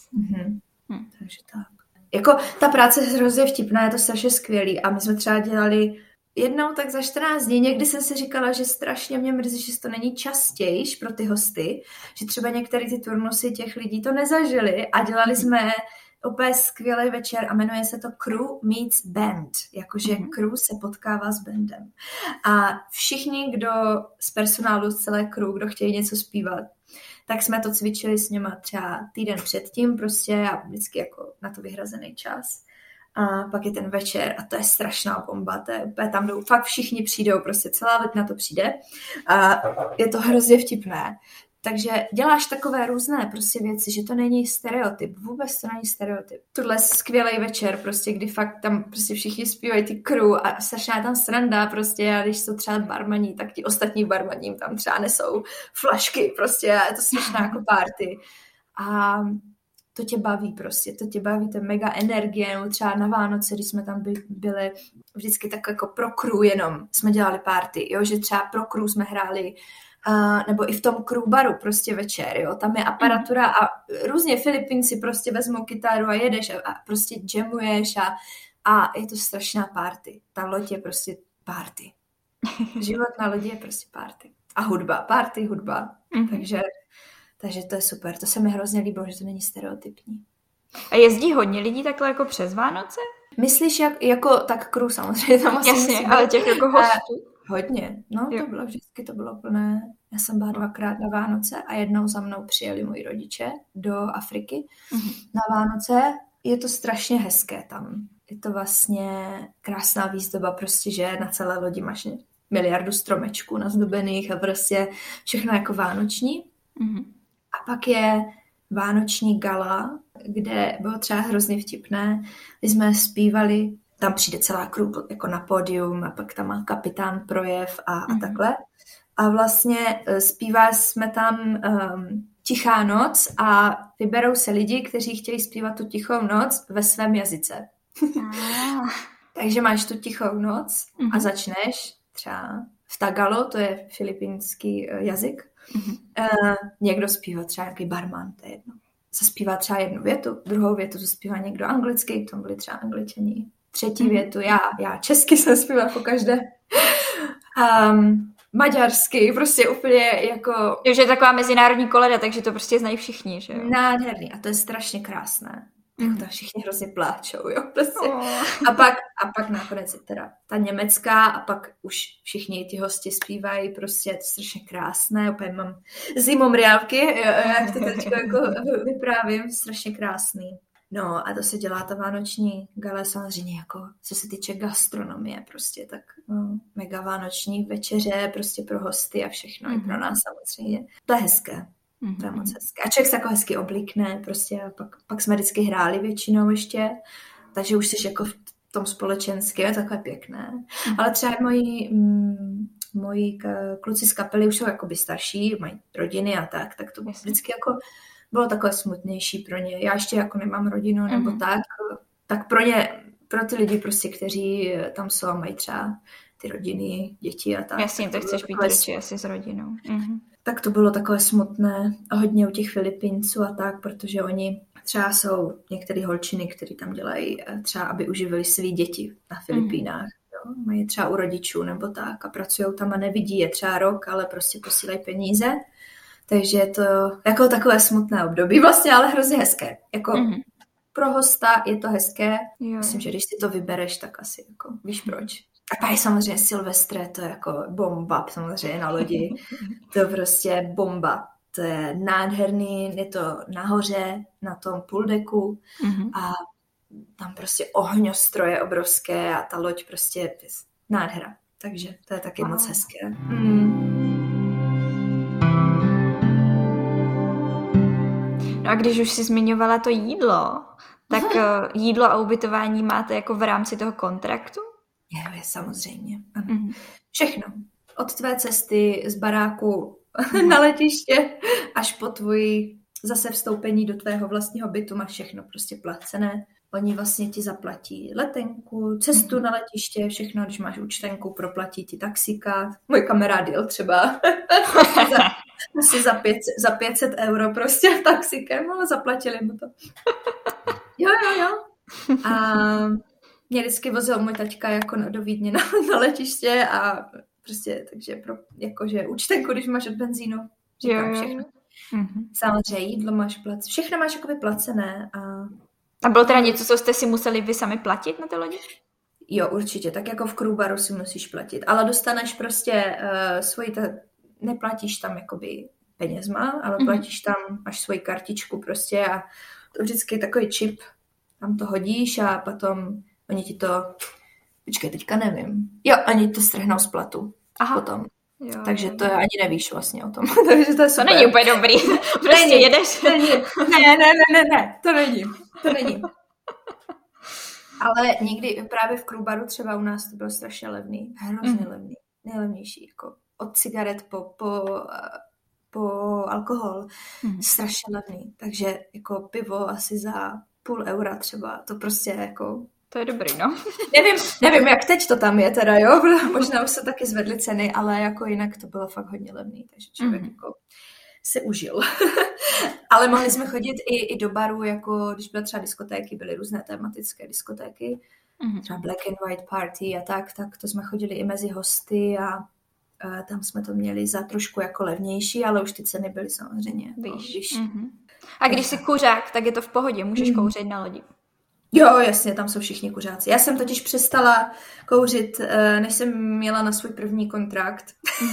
Takže tak. Jako ta práce je hrozně vtipná, je to strašně skvělý a my jsme třeba dělali jednou tak za 14 dní, někdy jsem si říkala, že strašně mě mrzí, že to není častější pro ty hosty, že třeba některé ty turnusy těch lidí to nezažili a dělali jsme úplně skvělý večer a jmenuje se to Crew Meets Band, jakože crew se potkává s bandem. A všichni, kdo z personálu, z celé crew, kdo chtějí něco zpívat, tak jsme to cvičili s něma třeba týden předtím prostě a vždycky jako na to vyhrazený čas. A pak je ten večer a to je strašná bomba, to je úplně, tam jdou, fakt všichni přijdou, prostě celá lid na to přijde a je to hrozně vtipné. Takže děláš takové různé prostě věci, že to není stereotyp, vůbec to není stereotyp. Tohle je skvělý večer, prostě, kdy fakt tam prostě všichni zpívají ty crew a strašná tam sranda prostě a když jsou třeba barmaní, tak ti ostatní barmaní tam třeba nesou flašky prostě a je to strašná jako party. A to tě baví prostě, to je mega energie, nebo třeba na Vánoce, když jsme tam byli vždycky tak jako pro crew jenom jsme dělali party, jo, že třeba pro crew jsme hráli, nebo i v tom crew baru prostě večer, jo, tam je aparatura a různě Filipínci prostě vezmou kytaru a jedeš a prostě jamuješ a je to strašná party. Ta loď je prostě party. Život na lodi je prostě party. A hudba, party, hudba. Takže to je super. To se mi hrozně líbilo, že to není stereotypní. A jezdí hodně lidí takhle jako přes Vánoce? Myslíš jako tak crew samozřejmě? Tam asi jasně, ale těch jako hostů? Hodně. No, to bylo plné. Já jsem byla 2krát na Vánoce a jednou za mnou přijeli moji rodiče do Afriky na Vánoce. Je to strašně hezké tam. Je to vlastně krásná výzdoba, prostě, že na celé lodi máš miliardu stromečků nazdobených a prostě všechno jako vánoční. A pak je vánoční gala, kde bylo třeba hrozně vtipné. My jsme zpívali, tam přijde celá crew jako na pódium a pak tam má kapitán projev a takhle. A vlastně zpívali jsme tam Tichá noc a vyberou se lidi, kteří chtějí zpívat tu tichou noc ve svém jazyce. Takže máš tu tichou noc a začneš třeba v Tagalo, to je filipínský jazyk. Někdo zpívá třeba nějaký barman, to je jedno. Zaspívá třeba jednu větu, druhou větu zaspívá někdo anglicky, to byli třeba Angličani. Třetí větu, já česky jsem zpívala po každé. Maďarsky, prostě úplně jako... Jo, že je taková mezinárodní koleda, takže to prostě znají všichni, že jo? Nádherný a to je strašně krásné. To všichni hrozně pláčou, jo, prostě. A pak nakonec je teda ta německá a pak už všichni ti hosti zpívají, prostě je to strašně krásné, úplně mám zimom reálky, jak to teď jako vyprávím, strašně krásný. No a to se dělá ta vánoční gala samozřejmě jako, co se týče gastronomie prostě, tak mega vánoční večeře prostě pro hosty a všechno i pro nás samozřejmě. To je hezké. To je moc hezké. A člověk se jako hezky oblíkne prostě a pak jsme vždycky hráli většinou ještě, takže už jsi jako v tom společenském, je takové pěkné. Ale třeba moji kluci z kapely už jsou jakoby starší, mají rodiny a tak to vždycky jako bylo takové smutnější pro ně. Já ještě jako nemám rodinu nebo tak pro ty lidi prostě, kteří tam jsou a mají třeba ty rodiny, děti a tak. Jasně, to chceš být radši asi s rodinou. Tak to bylo takové smutné a hodně u těch Filipínců a tak, protože oni třeba jsou některé holčiny, které tam dělají třeba, aby uživili svý děti na Filipínách. Jo? Mají třeba u rodičů nebo tak a pracují tam a nevidí je třeba rok, ale prostě posílají peníze. Takže je to jako takové smutné období vlastně, ale hrozně hezké. Jako pro hosta je to hezké. Jo. Myslím, že když si to vybereš, tak asi jako víš proč. A pak je samozřejmě Silvestre, to je jako bomba samozřejmě na lodi. To prostě bomba. To je nádherný, je to nahoře na tom půldeku a tam prostě ohňostroje obrovské a ta loď prostě je nádhera. Takže to je taky moc hezké. No a když už jsi zmiňovala to jídlo, tak jídlo a ubytování máte jako v rámci toho kontraktu? Je samozřejmě. Všechno. Od tvé cesty z baráku na letiště až po tvůj zase vstoupení do tvého vlastního bytu máš všechno prostě placené. Oni vlastně ti zaplatí letenku, cestu na letiště, všechno, když máš účtenku, proplatí ti taxíka. Můj kamarád jel třeba asi za 500 € prostě taxikem, ale zaplatili mu to. Jo. A mě vždycky vozil můj taťka jako do Vídně na letiště a prostě, takže jakože účtenku, když máš od benzínu, říkám všechno. Samozřejmě jídlo máš placené, všechno máš jakoby placené. A bylo teda něco, co jste si museli vy sami platit na té lodi? Jo, určitě, tak jako v crewbaru si musíš platit, ale dostaneš prostě neplatíš tam jakoby penězma, ale platíš tam, máš svoji kartičku prostě a to vždycky je takový čip, tam to hodíš a potom oni ti to, počkej, teďka nevím, oni to strhnou z platu potom. Jo. Takže to ani nevíš vlastně o tom. Takže to je super. To není úplně dobrý. Prostě jedeš. Ne, to není. Ale někdy právě v crewbaru třeba u nás to bylo strašně levný. Hrozně levný. Nejlevnější. Jako od cigaret po alkohol. Strašně levný. Takže jako pivo asi za 0,5 € třeba. To prostě jako... To je dobrý, no. Nevím, jak teď to tam je teda, jo. Možná už se taky zvedly ceny, ale jako jinak to bylo fakt hodně levný. Takže člověk jako se užil. Ale mohli jsme chodit i do baru, jako když byly třeba diskotéky, byly různé tematické diskotéky. Třeba Black and White Party a tak to jsme chodili i mezi hosty a tam jsme to měli za trošku jako levnější, ale už ty ceny byly samozřejmě vyšší. A když jsi kuřák, tak je to v pohodě, můžeš kouřit na lodi. Jo, jasně, tam jsou všichni kuřáci. Já jsem totiž přestala kouřit, než jsem měla na svůj první kontrakt.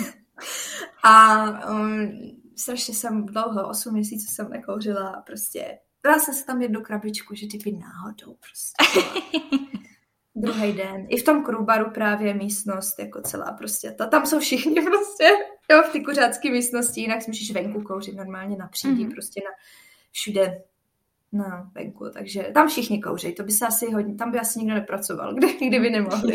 A strašně jsem dlouho, 8 měsíců jsem nekouřila a prostě dala jsem se tam jednu krabičku, že kdyby náhodou prostě. Druhý den. I v tom crewbaru právě místnost jako celá prostě. Tam jsou všichni prostě, jo, v ty kuřácké místnosti, jinak si můžeš venku kouřit normálně na přídi, prostě všude na venku, takže tam všichni kouří, to by se asi hodně, tam by asi nikdo nepracoval, kdyby nemohli.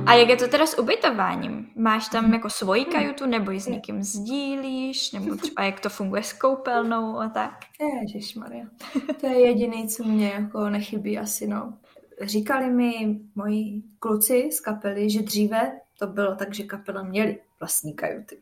A jak je to teda s ubytováním? Máš tam jako svoji kajutu, nebo ji s někým sdílíš, nebo třeba jak to funguje s koupelnou a tak? Ježišmarja. To je jediný, co mě jako nechybí asi, no. Říkali mi moji kluci z kapely, že dříve to bylo tak, že kapela měli vlastní kajuty.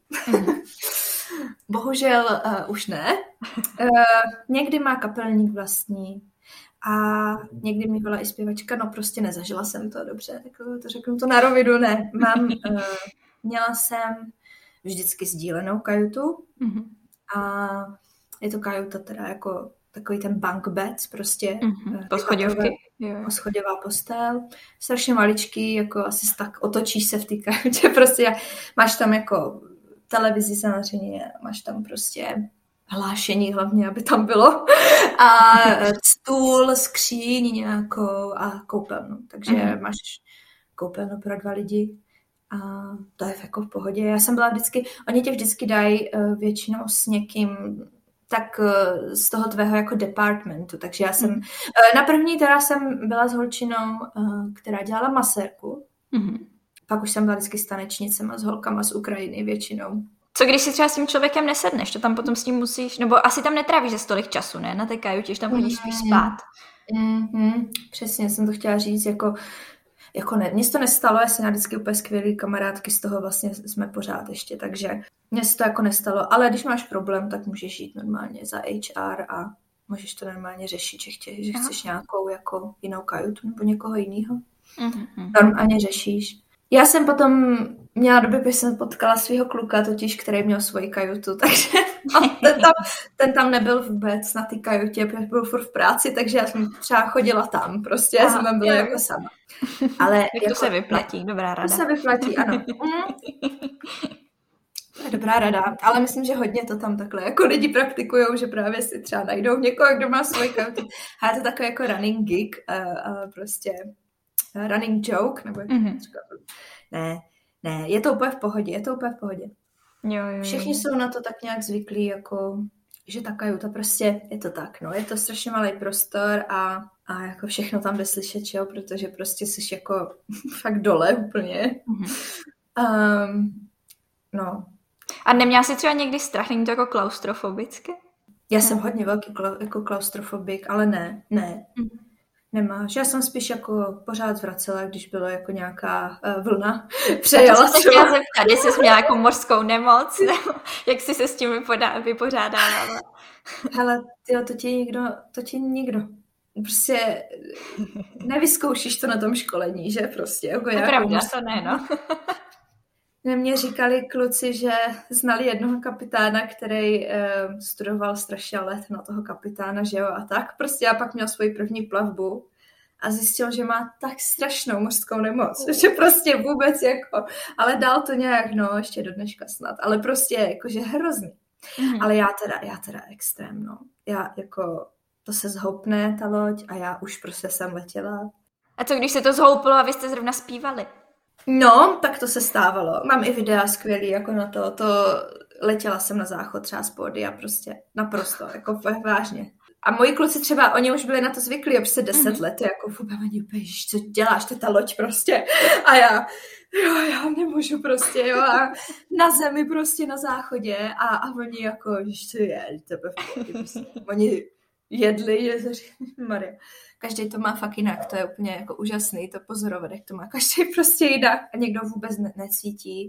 Bohužel už ne. Někdy má kapelník vlastní a někdy mi byla i zpěvačka, no prostě nezažila jsem to dobře, to řeknu to na rovinu, ne. Měla jsem vždycky sdílenou kajutu a je to kajuta teda jako takový ten bunk bed prostě. Poschodovky. Poschodová postel. Strašně maličký, jako asi tak otočíš se v té kajutě, prostě máš tam jako televizi samozřejmě, máš tam prostě hlášení hlavně, aby tam bylo. A stůl, skříň nějakou a koupelnu. Takže máš koupelnu pro 2 lidi. A to je jako v pohodě. Já jsem byla oni tě vždycky dají většinou s někým tak z toho tvého jako departmentu. Takže já jsem, na první teda jsem byla s holčinou, která dělala masérku. Pak už jsem byla vždycky s tanečnicema, s holkama z Ukrajiny většinou. Co když si třeba s tím člověkem nesedneš, to tam potom s ním musíš, nebo asi tam netrávíš za tolik času, ne? Na té kajutě, že tam chodíš spíš spát. Přesně, jsem to chtěla říct, jako ne, mně se to nestalo, já jsem měla vždycky úplně skvělý kamarádky, z toho vlastně jsme pořád ještě, takže mně se to jako nestalo, ale když máš problém, tak můžeš jít normálně za HR a můžeš to normálně řešit, že chceš nějakou jako jinou kajutu nebo někoho jiného. Normálně řešíš. Já jsem potom měla doby, když jsem potkala svého kluka, totiž, který měl svoji kajutu, takže ten tam nebyl vůbec na té kajutě, protože byl furt v práci, takže já jsem třeba chodila tam, prostě já jsem tam byla jako sama. Ale tak to jako, se vyplatí, dobrá rada. To se vyplatí, ano. To je dobrá rada, ale myslím, že hodně to tam takhle jako lidi praktikujou, že právě si třeba najdou někoho, kdo má svoji kajutu. A je to takový jako running gig, prostě running joke, nebo ne, je to úplně v pohodě, Jo. Všichni jsou na to tak nějak zvyklí, jako, že ta kajuta prostě je to tak, no, je to strašně malý prostor a jako všechno tam jde slyšet, jo, protože prostě jsi jako fakt dole úplně. No. A neměla jsi třeba někdy strach, není to jako klaustrofobické? Já jsem hodně velký jako klaustrofobik, ale ne. Nemáš. Já jsem spíš jako pořád vracela, když bylo jako nějaká vlna. Přejela se třeba zeptat, jestli jsi měla jako mořskou nemoc, nebo jak jsi se s tím vypořádávala? Hele, to ti nikdo. Prostě nevyzkoušíš to na tom školení, že prostě. Jako to pravda, to ne, no. Mě říkali kluci, že znali jednoho kapitána, který studoval strašně let na toho kapitána, že jo, a tak. Prostě a pak měl svoji první plavbu a zjistil, že má tak strašnou mořskou nemoc, že prostě vůbec jako, ale dal to nějak, no, ještě do dneška snad, ale prostě jakože hrozný. Ale já teda extrém, no. Já jako, to se zhoupne ta loď a já už prostě jsem letěla. A co když se to zhouplo a vy jste zrovna zpívali? No, tak to se stávalo. Mám i videa skvělý jako na to. Letěla jsem na záchod třeba z pódia prostě naprosto, jako vážně. A moji kluci třeba, oni už byli na to zvyklí, prostě 10 let, jako vůbec ani úplně, co děláš, to je ta loď prostě. A já nemůžu prostě, jo, a na zemi prostě na záchodě a oni jako, co je, tebe prostě. Oni jedli, Maria. Každý to má fakt jinak, to je úplně jako úžasný to pozorovat, jak to má každý prostě jinak a někdo vůbec necítí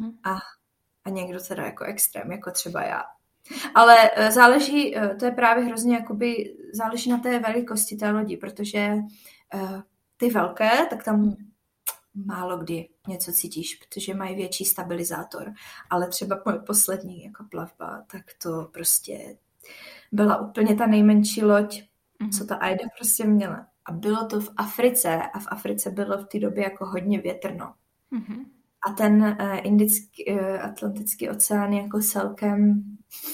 a někdo teda jako extrém, jako třeba já. Ale záleží, to je právě hrozně jakoby, záleží na té velikosti té lodi, protože ty velké, tak tam málo kdy něco cítíš, protože mají větší stabilizátor, ale třeba moje poslední jako plavba, tak to prostě byla úplně ta nejmenší loď, co ta Aida prostě měla. A bylo to v Africe a v Africe bylo v té době jako hodně větrno. A ten Atlantický oceán je jako celkem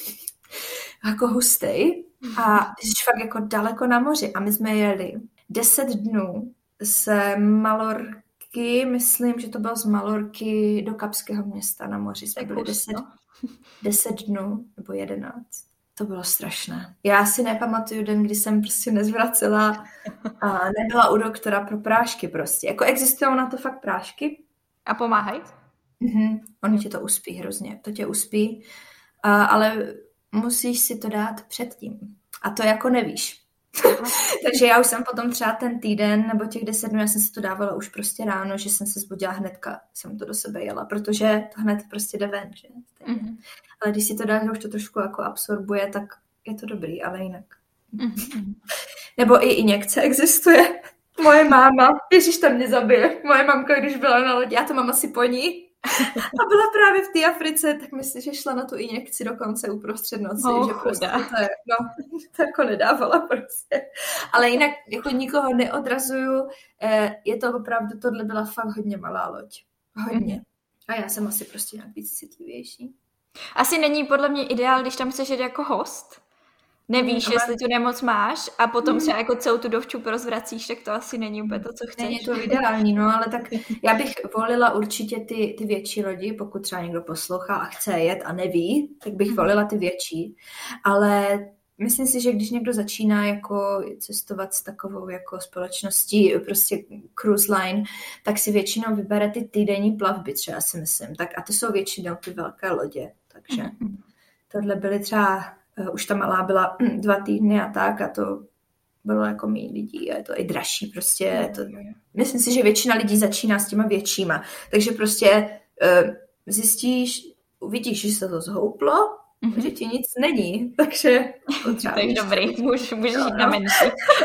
jako hustý a jsi fakt jako daleko na moři. A my jsme jeli 10 dnů z Malorky, myslím, že to bylo z Malorky do Kapského města na moři. Jsme byli 10 dnů nebo 11. To bylo strašné. Já si nepamatuju den, kdy jsem prostě nezvracela a nebyla u doktora pro prášky prostě. Jako existují na to fakt prášky, A pomáhají? Oni tě to uspí hrozně, to tě uspí, ale musíš si to dát předtím. A to jako nevíš. Takže já už jsem potom třeba ten týden nebo těch 10 dnů, já jsem si to dávala už prostě ráno, že jsem se zbudila hnedka, jsem to do sebe jela, protože to hned prostě jde ven, že? Ale když si to dáš, už to trošku jako absorbuje, tak je to dobrý, ale jinak. Nebo i injekce existuje. Moje máma, ježiš, tam mě zabije. Moje mamka, když byla na lodi, já to mám asi po ní, a byla právě v té Africe, tak myslím, že šla na tu injekci dokonce uprostřed noci, že prostě to jako nedávala prostě. Ale jinak jako nikoho neodrazuju, je to opravdu, tohle byla fakt hodně malá loď. Hodně. A já jsem asi prostě nějak víc citlivější. Asi není podle mě ideál, když tam chceš jít jako host. Nevíš, jestli tu nemoc máš a potom třeba jako celou tu dovču rozvracíš, tak to asi není úplně to, co chceš. Není to ideální, no, ale tak já bych volila určitě ty větší lodi, pokud třeba někdo poslouchá a chce jet a neví, tak bych volila ty větší, ale myslím si, že když někdo začíná jako cestovat s takovou jako společností, prostě cruise line, tak si většinou vybere ty týdenní plavby, třeba si myslím, tak a to jsou většinou ty velké lodě, takže tohle byly třeba už ta malá byla 2 týdny a tak a to bylo jako méně lidí a je to i dražší prostě. Myslím si, že většina lidí začíná s těma většíma. Takže prostě uvidíš, že se to zhouplo, že ti nic není. Takže to je dobrý, můžeš jít na menší.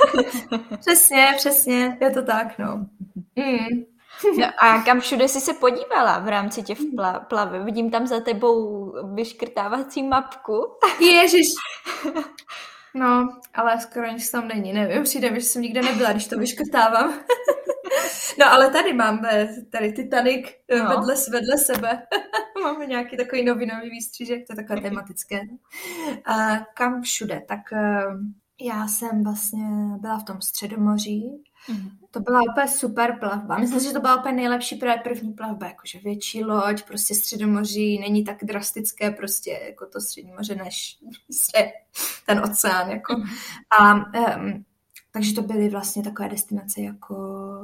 Přesně, je to tak, no. No a kam všude jsi se podívala v rámci těch plaveb? Vidím tam za tebou vyškrtávací mapku. Ježiš! No, ale skoro nic tam není, nevím, přijde mi, že jsem nikde nebyla, když to vyškrtávám. No, ale tady máme Titanic vedle sebe. Máme nějaký takový novinový výstřížek, to je takové tematické. Kam všude? Tak já jsem vlastně byla v tom Středomoří. To byla úplně super plavba. Myslím, že to byla úplně nejlepší první plavba, jakože větší loď, prostě Středomoří, není tak drastické prostě jako to Střední moře, než prostě ten oceán. Jako. Takže to byly vlastně takové destinace jako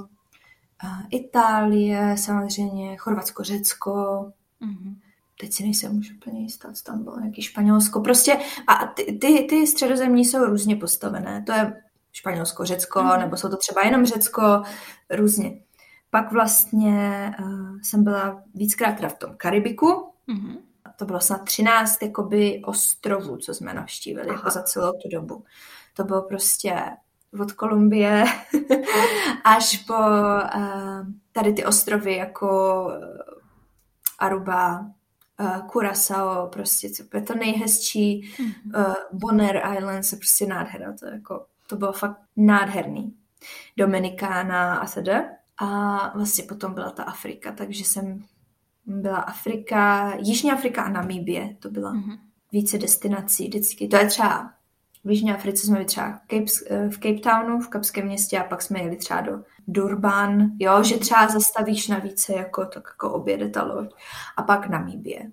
Itálie, samozřejmě Chorvatsko, Řecko. Teď si nejsem už úplně jistá, co tam bylo, nějaký Španělsko. Prostě a ty středozemní jsou různě postavené. To je Španělsko, Řecko, nebo jsou to třeba jenom Řecko, různě. Pak vlastně jsem byla víckrát teda v tom Karibiku. To bylo snad 13 jakoby ostrovů, co jsme navštívili jako za celou tu dobu. To bylo prostě od Kolumbie až po tady ty ostrovy jako Aruba, Curaçao, prostě je to nejhezčí. Bonaire Islands je prostě nádhera, to bylo fakt nádherný. Dominikána a teda. A vlastně potom byla ta Afrika, takže jsem byla Afrika, Jižní Afrika a Namíbie, to byla více destinací vždycky. To je třeba v Jižní Africe jsme byli třeba v Cape Townu, v Kapském městě a pak jsme jeli třeba do Durban, jo, že třeba zastavíš na více, tak jako objede ta loď. A pak Namíbie.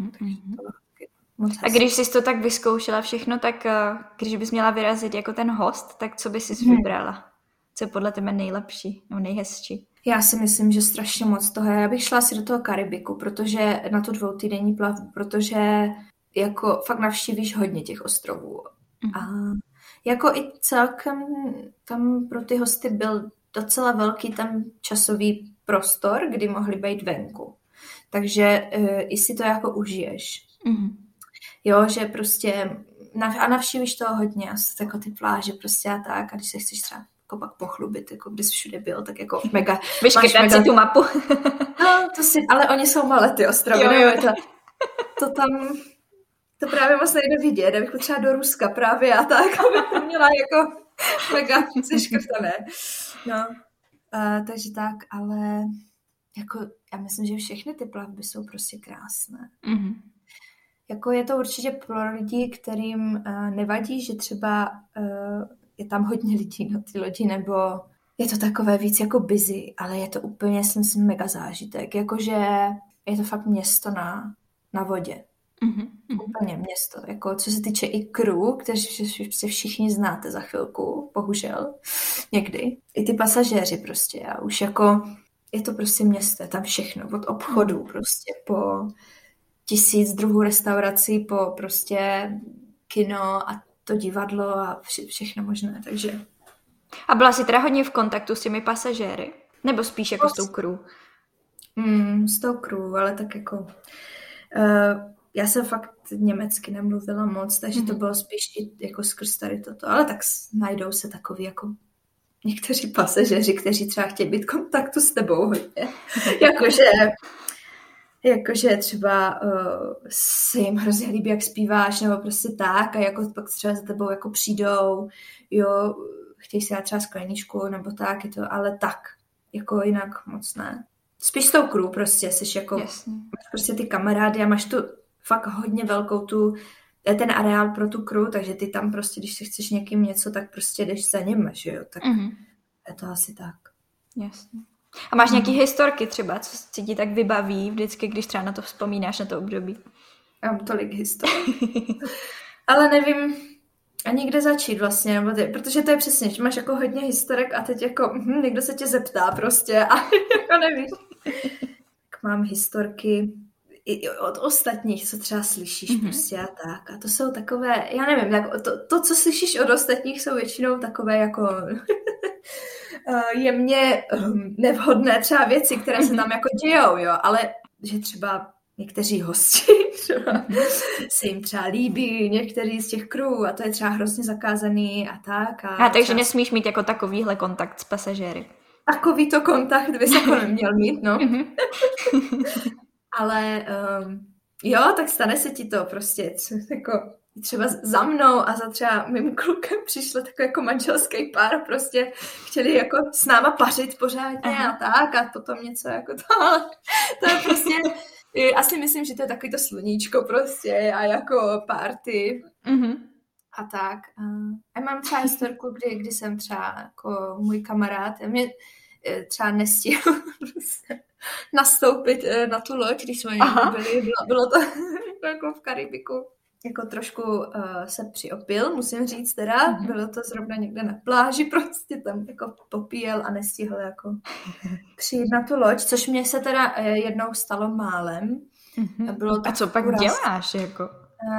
A když jsi to tak vyzkoušela všechno, tak když bys měla vyrazit jako ten host, tak co bys si vybrala? Co je podle tebe nejlepší nebo nejhezčí? Já si myslím, že strašně moc toho. Já bych šla si do toho Karibiku, protože na tu 2týdenní plavbu, protože jako fakt navštívíš hodně těch ostrovů. A jako i celkem tam pro ty hosty byl docela velký tam časový prostor, kdy mohli být venku. Takže i si to jako užiješ. Jo, že prostě a navštívíš toho hodně, jako ty pláže prostě a tak, a když se chceš třeba jako pak pochlubit, jako když jsi všude byl, tak jako mega... Vyškytat si tu mapu. No, ale oni jsou malé ty ostrovy, jo. To tam... To právě moc nejde vidět, abych potřeba do Ruska právě a tak, abych to měla jako mega seškrtané. No, takže tak, ale jako já myslím, že všechny ty plavby jsou prostě krásné. Jako je to určitě pro lidi, kterým nevadí, že třeba je tam hodně lidí na ty lodi, nebo je to takové víc jako busy, ale je to úplně, si myslím, mega zážitek. Jakože je to fakt město na vodě. Úplně město. Jako, co se týče i crew, kteří se všichni znáte za chvilku, bohužel, někdy. I ty pasažéři prostě. A už jako je to prostě město, je tam všechno, od obchodu prostě po 1000 druhů restaurací, po prostě kino a to divadlo a všechno možné, takže... A byla jsi teda hodně v kontaktu s těmi pasažéry? Nebo spíš jako s tou crew? S tou crew, ale tak jako... já jsem fakt německy nemluvila moc, takže to bylo spíš i jako skrz tady toto, ale tak najdou se takový jako někteří pasažéři, kteří třeba chtějí být v kontaktu s tebou hodně. Jakože třeba se jim hrozně líbí, jak zpíváš, nebo prostě tak, a jako pak třeba za tebou jako přijdou, jo, chtějí si dát třeba skleničku, nebo tak, je to, ale tak, jako jinak moc ne. Spíš s tou crew prostě, jsi jako, máš prostě ty kamarády a máš tu fakt hodně velkou ten areál pro tu crew, takže ty tam prostě, když si chceš někým něco, tak prostě jdeš za ním, že jo, tak je to asi tak. Jasně. A máš nějaký historky třeba, co se ti tak vybaví vždycky, když třeba na to vzpomínáš, na to období? Já mám tolik historek. Ale nevím ani kde začít vlastně, protože to je přesně, že máš jako hodně historek a teď jako někdo se tě zeptá prostě a jako nevíš. Tak mám historky i od ostatních, co třeba slyšíš prostě a tak. A to jsou takové, já nevím, tak to, co slyšíš od ostatních, jsou většinou takové jako jemně nevhodné třeba věci, které se tam jako dějou, jo, ale že třeba někteří hosti třeba se jim třeba líbí některý z těch crew a to je třeba hrozně zakázaný a tak. A takže nesmíš mít jako takovýhle kontakt s pasažéry. Takovýto kontakt bys jako neměl mít, no. Ale jo, tak stane se ti to prostě, jako třeba za mnou a za třeba mým klukem přišlo takový jako manželský pár, prostě chtěli jako s náma pařit pořádně a tak a potom něco jako to je prostě, asi myslím, že to je takový to sluníčko prostě a jako party a tak. A mám třeba historku, kdy jsem třeba jako můj kamarád, mě třeba nestihl nastoupit na tu loď, když jsme byli, bylo to jako v Karibiku. Jako trošku se přiopil, musím říct teda, bylo to zrovna někde na pláži, prostě tam jako popíjel a nestihl jako přijít na tu loď, což mě se teda jednou stalo málem. Bylo to a co pak děláš? Jako?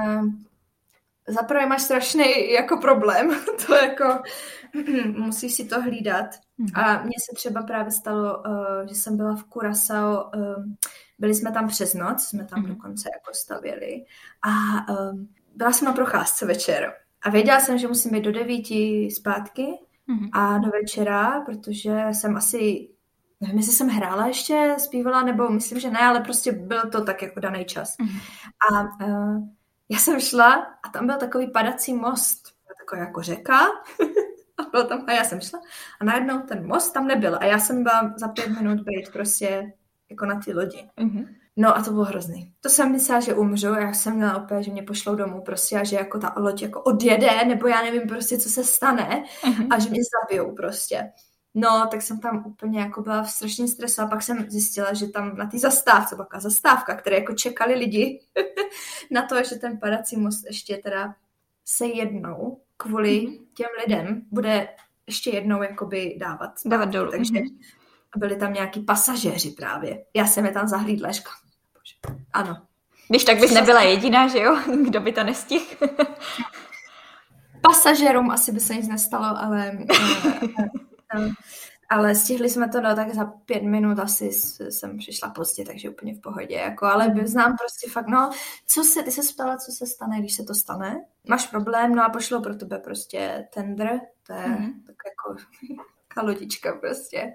Zaprvé máš strašný jako problém, to jako musíš si to hlídat. A mně se třeba právě stalo, že jsem byla v Curaçao, byli jsme tam přes noc, jsme tam dokonce jako stavěli a byla jsem na procházce večer a věděla jsem, že musím být do 9 zpátky a do večera, protože jsem asi, nevím, jestli jsem hrála ještě, zpívala, nebo myslím, že ne, ale prostě byl to tak jako daný čas. A já jsem šla a tam byl takový padací most, taková jako řeka a bylo tam, a já jsem šla a najednou ten most tam nebyl a já jsem byla za 5 minut být prostě jako na ty lodi. No a to bylo hrozný. To jsem myslela, že umřu, já jsem měla opět, že mě pošlou domů prostě a že jako ta loď jako odjede, nebo já nevím prostě, co se stane a že mě zabijou prostě. No, tak jsem tam úplně jako byla v strašně stresu a pak jsem zjistila, že tam na té zastávce byla zastávka, které jako čekali lidi na to, že ten padací most ještě teda se jednou kvůli těm lidem bude ještě jednou jakoby dávat dolů. Takže byli tam nějaký pasažéři právě. Já jsem je tam zahlídla, říkala, bože, ano. Když tak bys nebyla jediná, že jo? Kdo by to nestihl? Pasažérům asi by se nic nestalo, ale stihli jsme to, no, tak za 5 minut asi jsem přišla pozdě, takže úplně v pohodě, jako, ale znám prostě fakt, no, ty se ptala, co se stane, když se to stane, máš problém, no a pošlou pro tebe prostě tender, to je tak jako lodička prostě.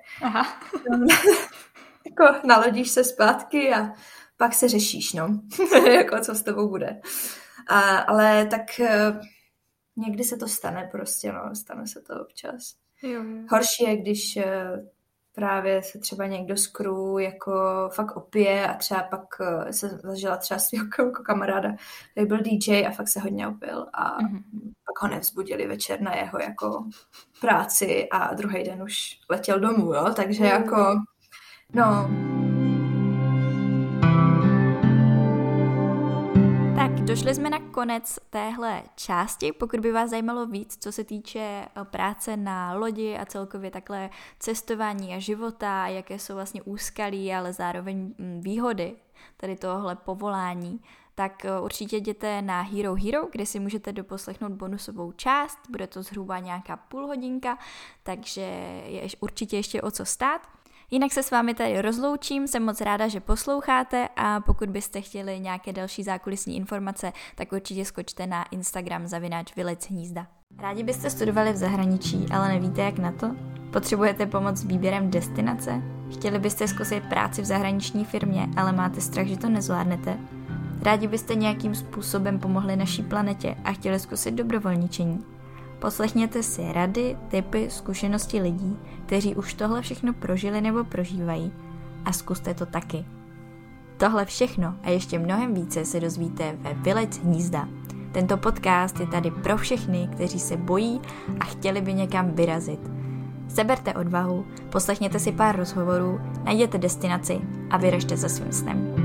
Jako nalodíš se zpátky a pak se řešíš, no, jako co s tebou bude. Ale tak někdy se to stane prostě, no, stane se to občas. Jo. Horší je, když právě se třeba někdo z crew jako fakt opije a třeba pak se zažila třeba svého kamaráda, který byl DJ a fakt se hodně opil a pak ho nevzbudili večer na jeho jako práci a druhý den už letěl domů, jo, takže jako no. Tak Došli jsme na konec téhle části. Pokud by vás zajímalo víc, co se týče práce na lodi a celkově takhle cestování a života, jaké jsou vlastně úskalí, ale zároveň výhody tady tohohle povolání, tak určitě jděte na Hero Hero, kde si můžete doposlechnout bonusovou část, bude to zhruba nějaká půl hodinka, takže je určitě ještě o co stát. Jinak se s vámi tady rozloučím, jsem moc ráda, že posloucháte a pokud byste chtěli nějaké další zákulisní informace, tak určitě skočte na Instagram @vylec_hnízda. Rádi byste studovali v zahraničí, ale nevíte jak na to? Potřebujete pomoc s výběrem destinace? Chtěli byste zkusit práci v zahraniční firmě, ale máte strach, že to nezvládnete? Rádi byste nějakým způsobem pomohli naší planetě a chtěli zkusit dobrovolničení? Poslechněte si rady, tipy, zkušenosti lidí, kteří už tohle všechno prožili nebo prožívají a zkuste to taky. Tohle všechno a ještě mnohem více se dozvíte ve Vylec hnízda. Tento podcast je tady pro všechny, kteří se bojí a chtěli by někam vyrazit. Seberte odvahu, poslechněte si pár rozhovorů, najděte destinaci a vyražte za svým snem.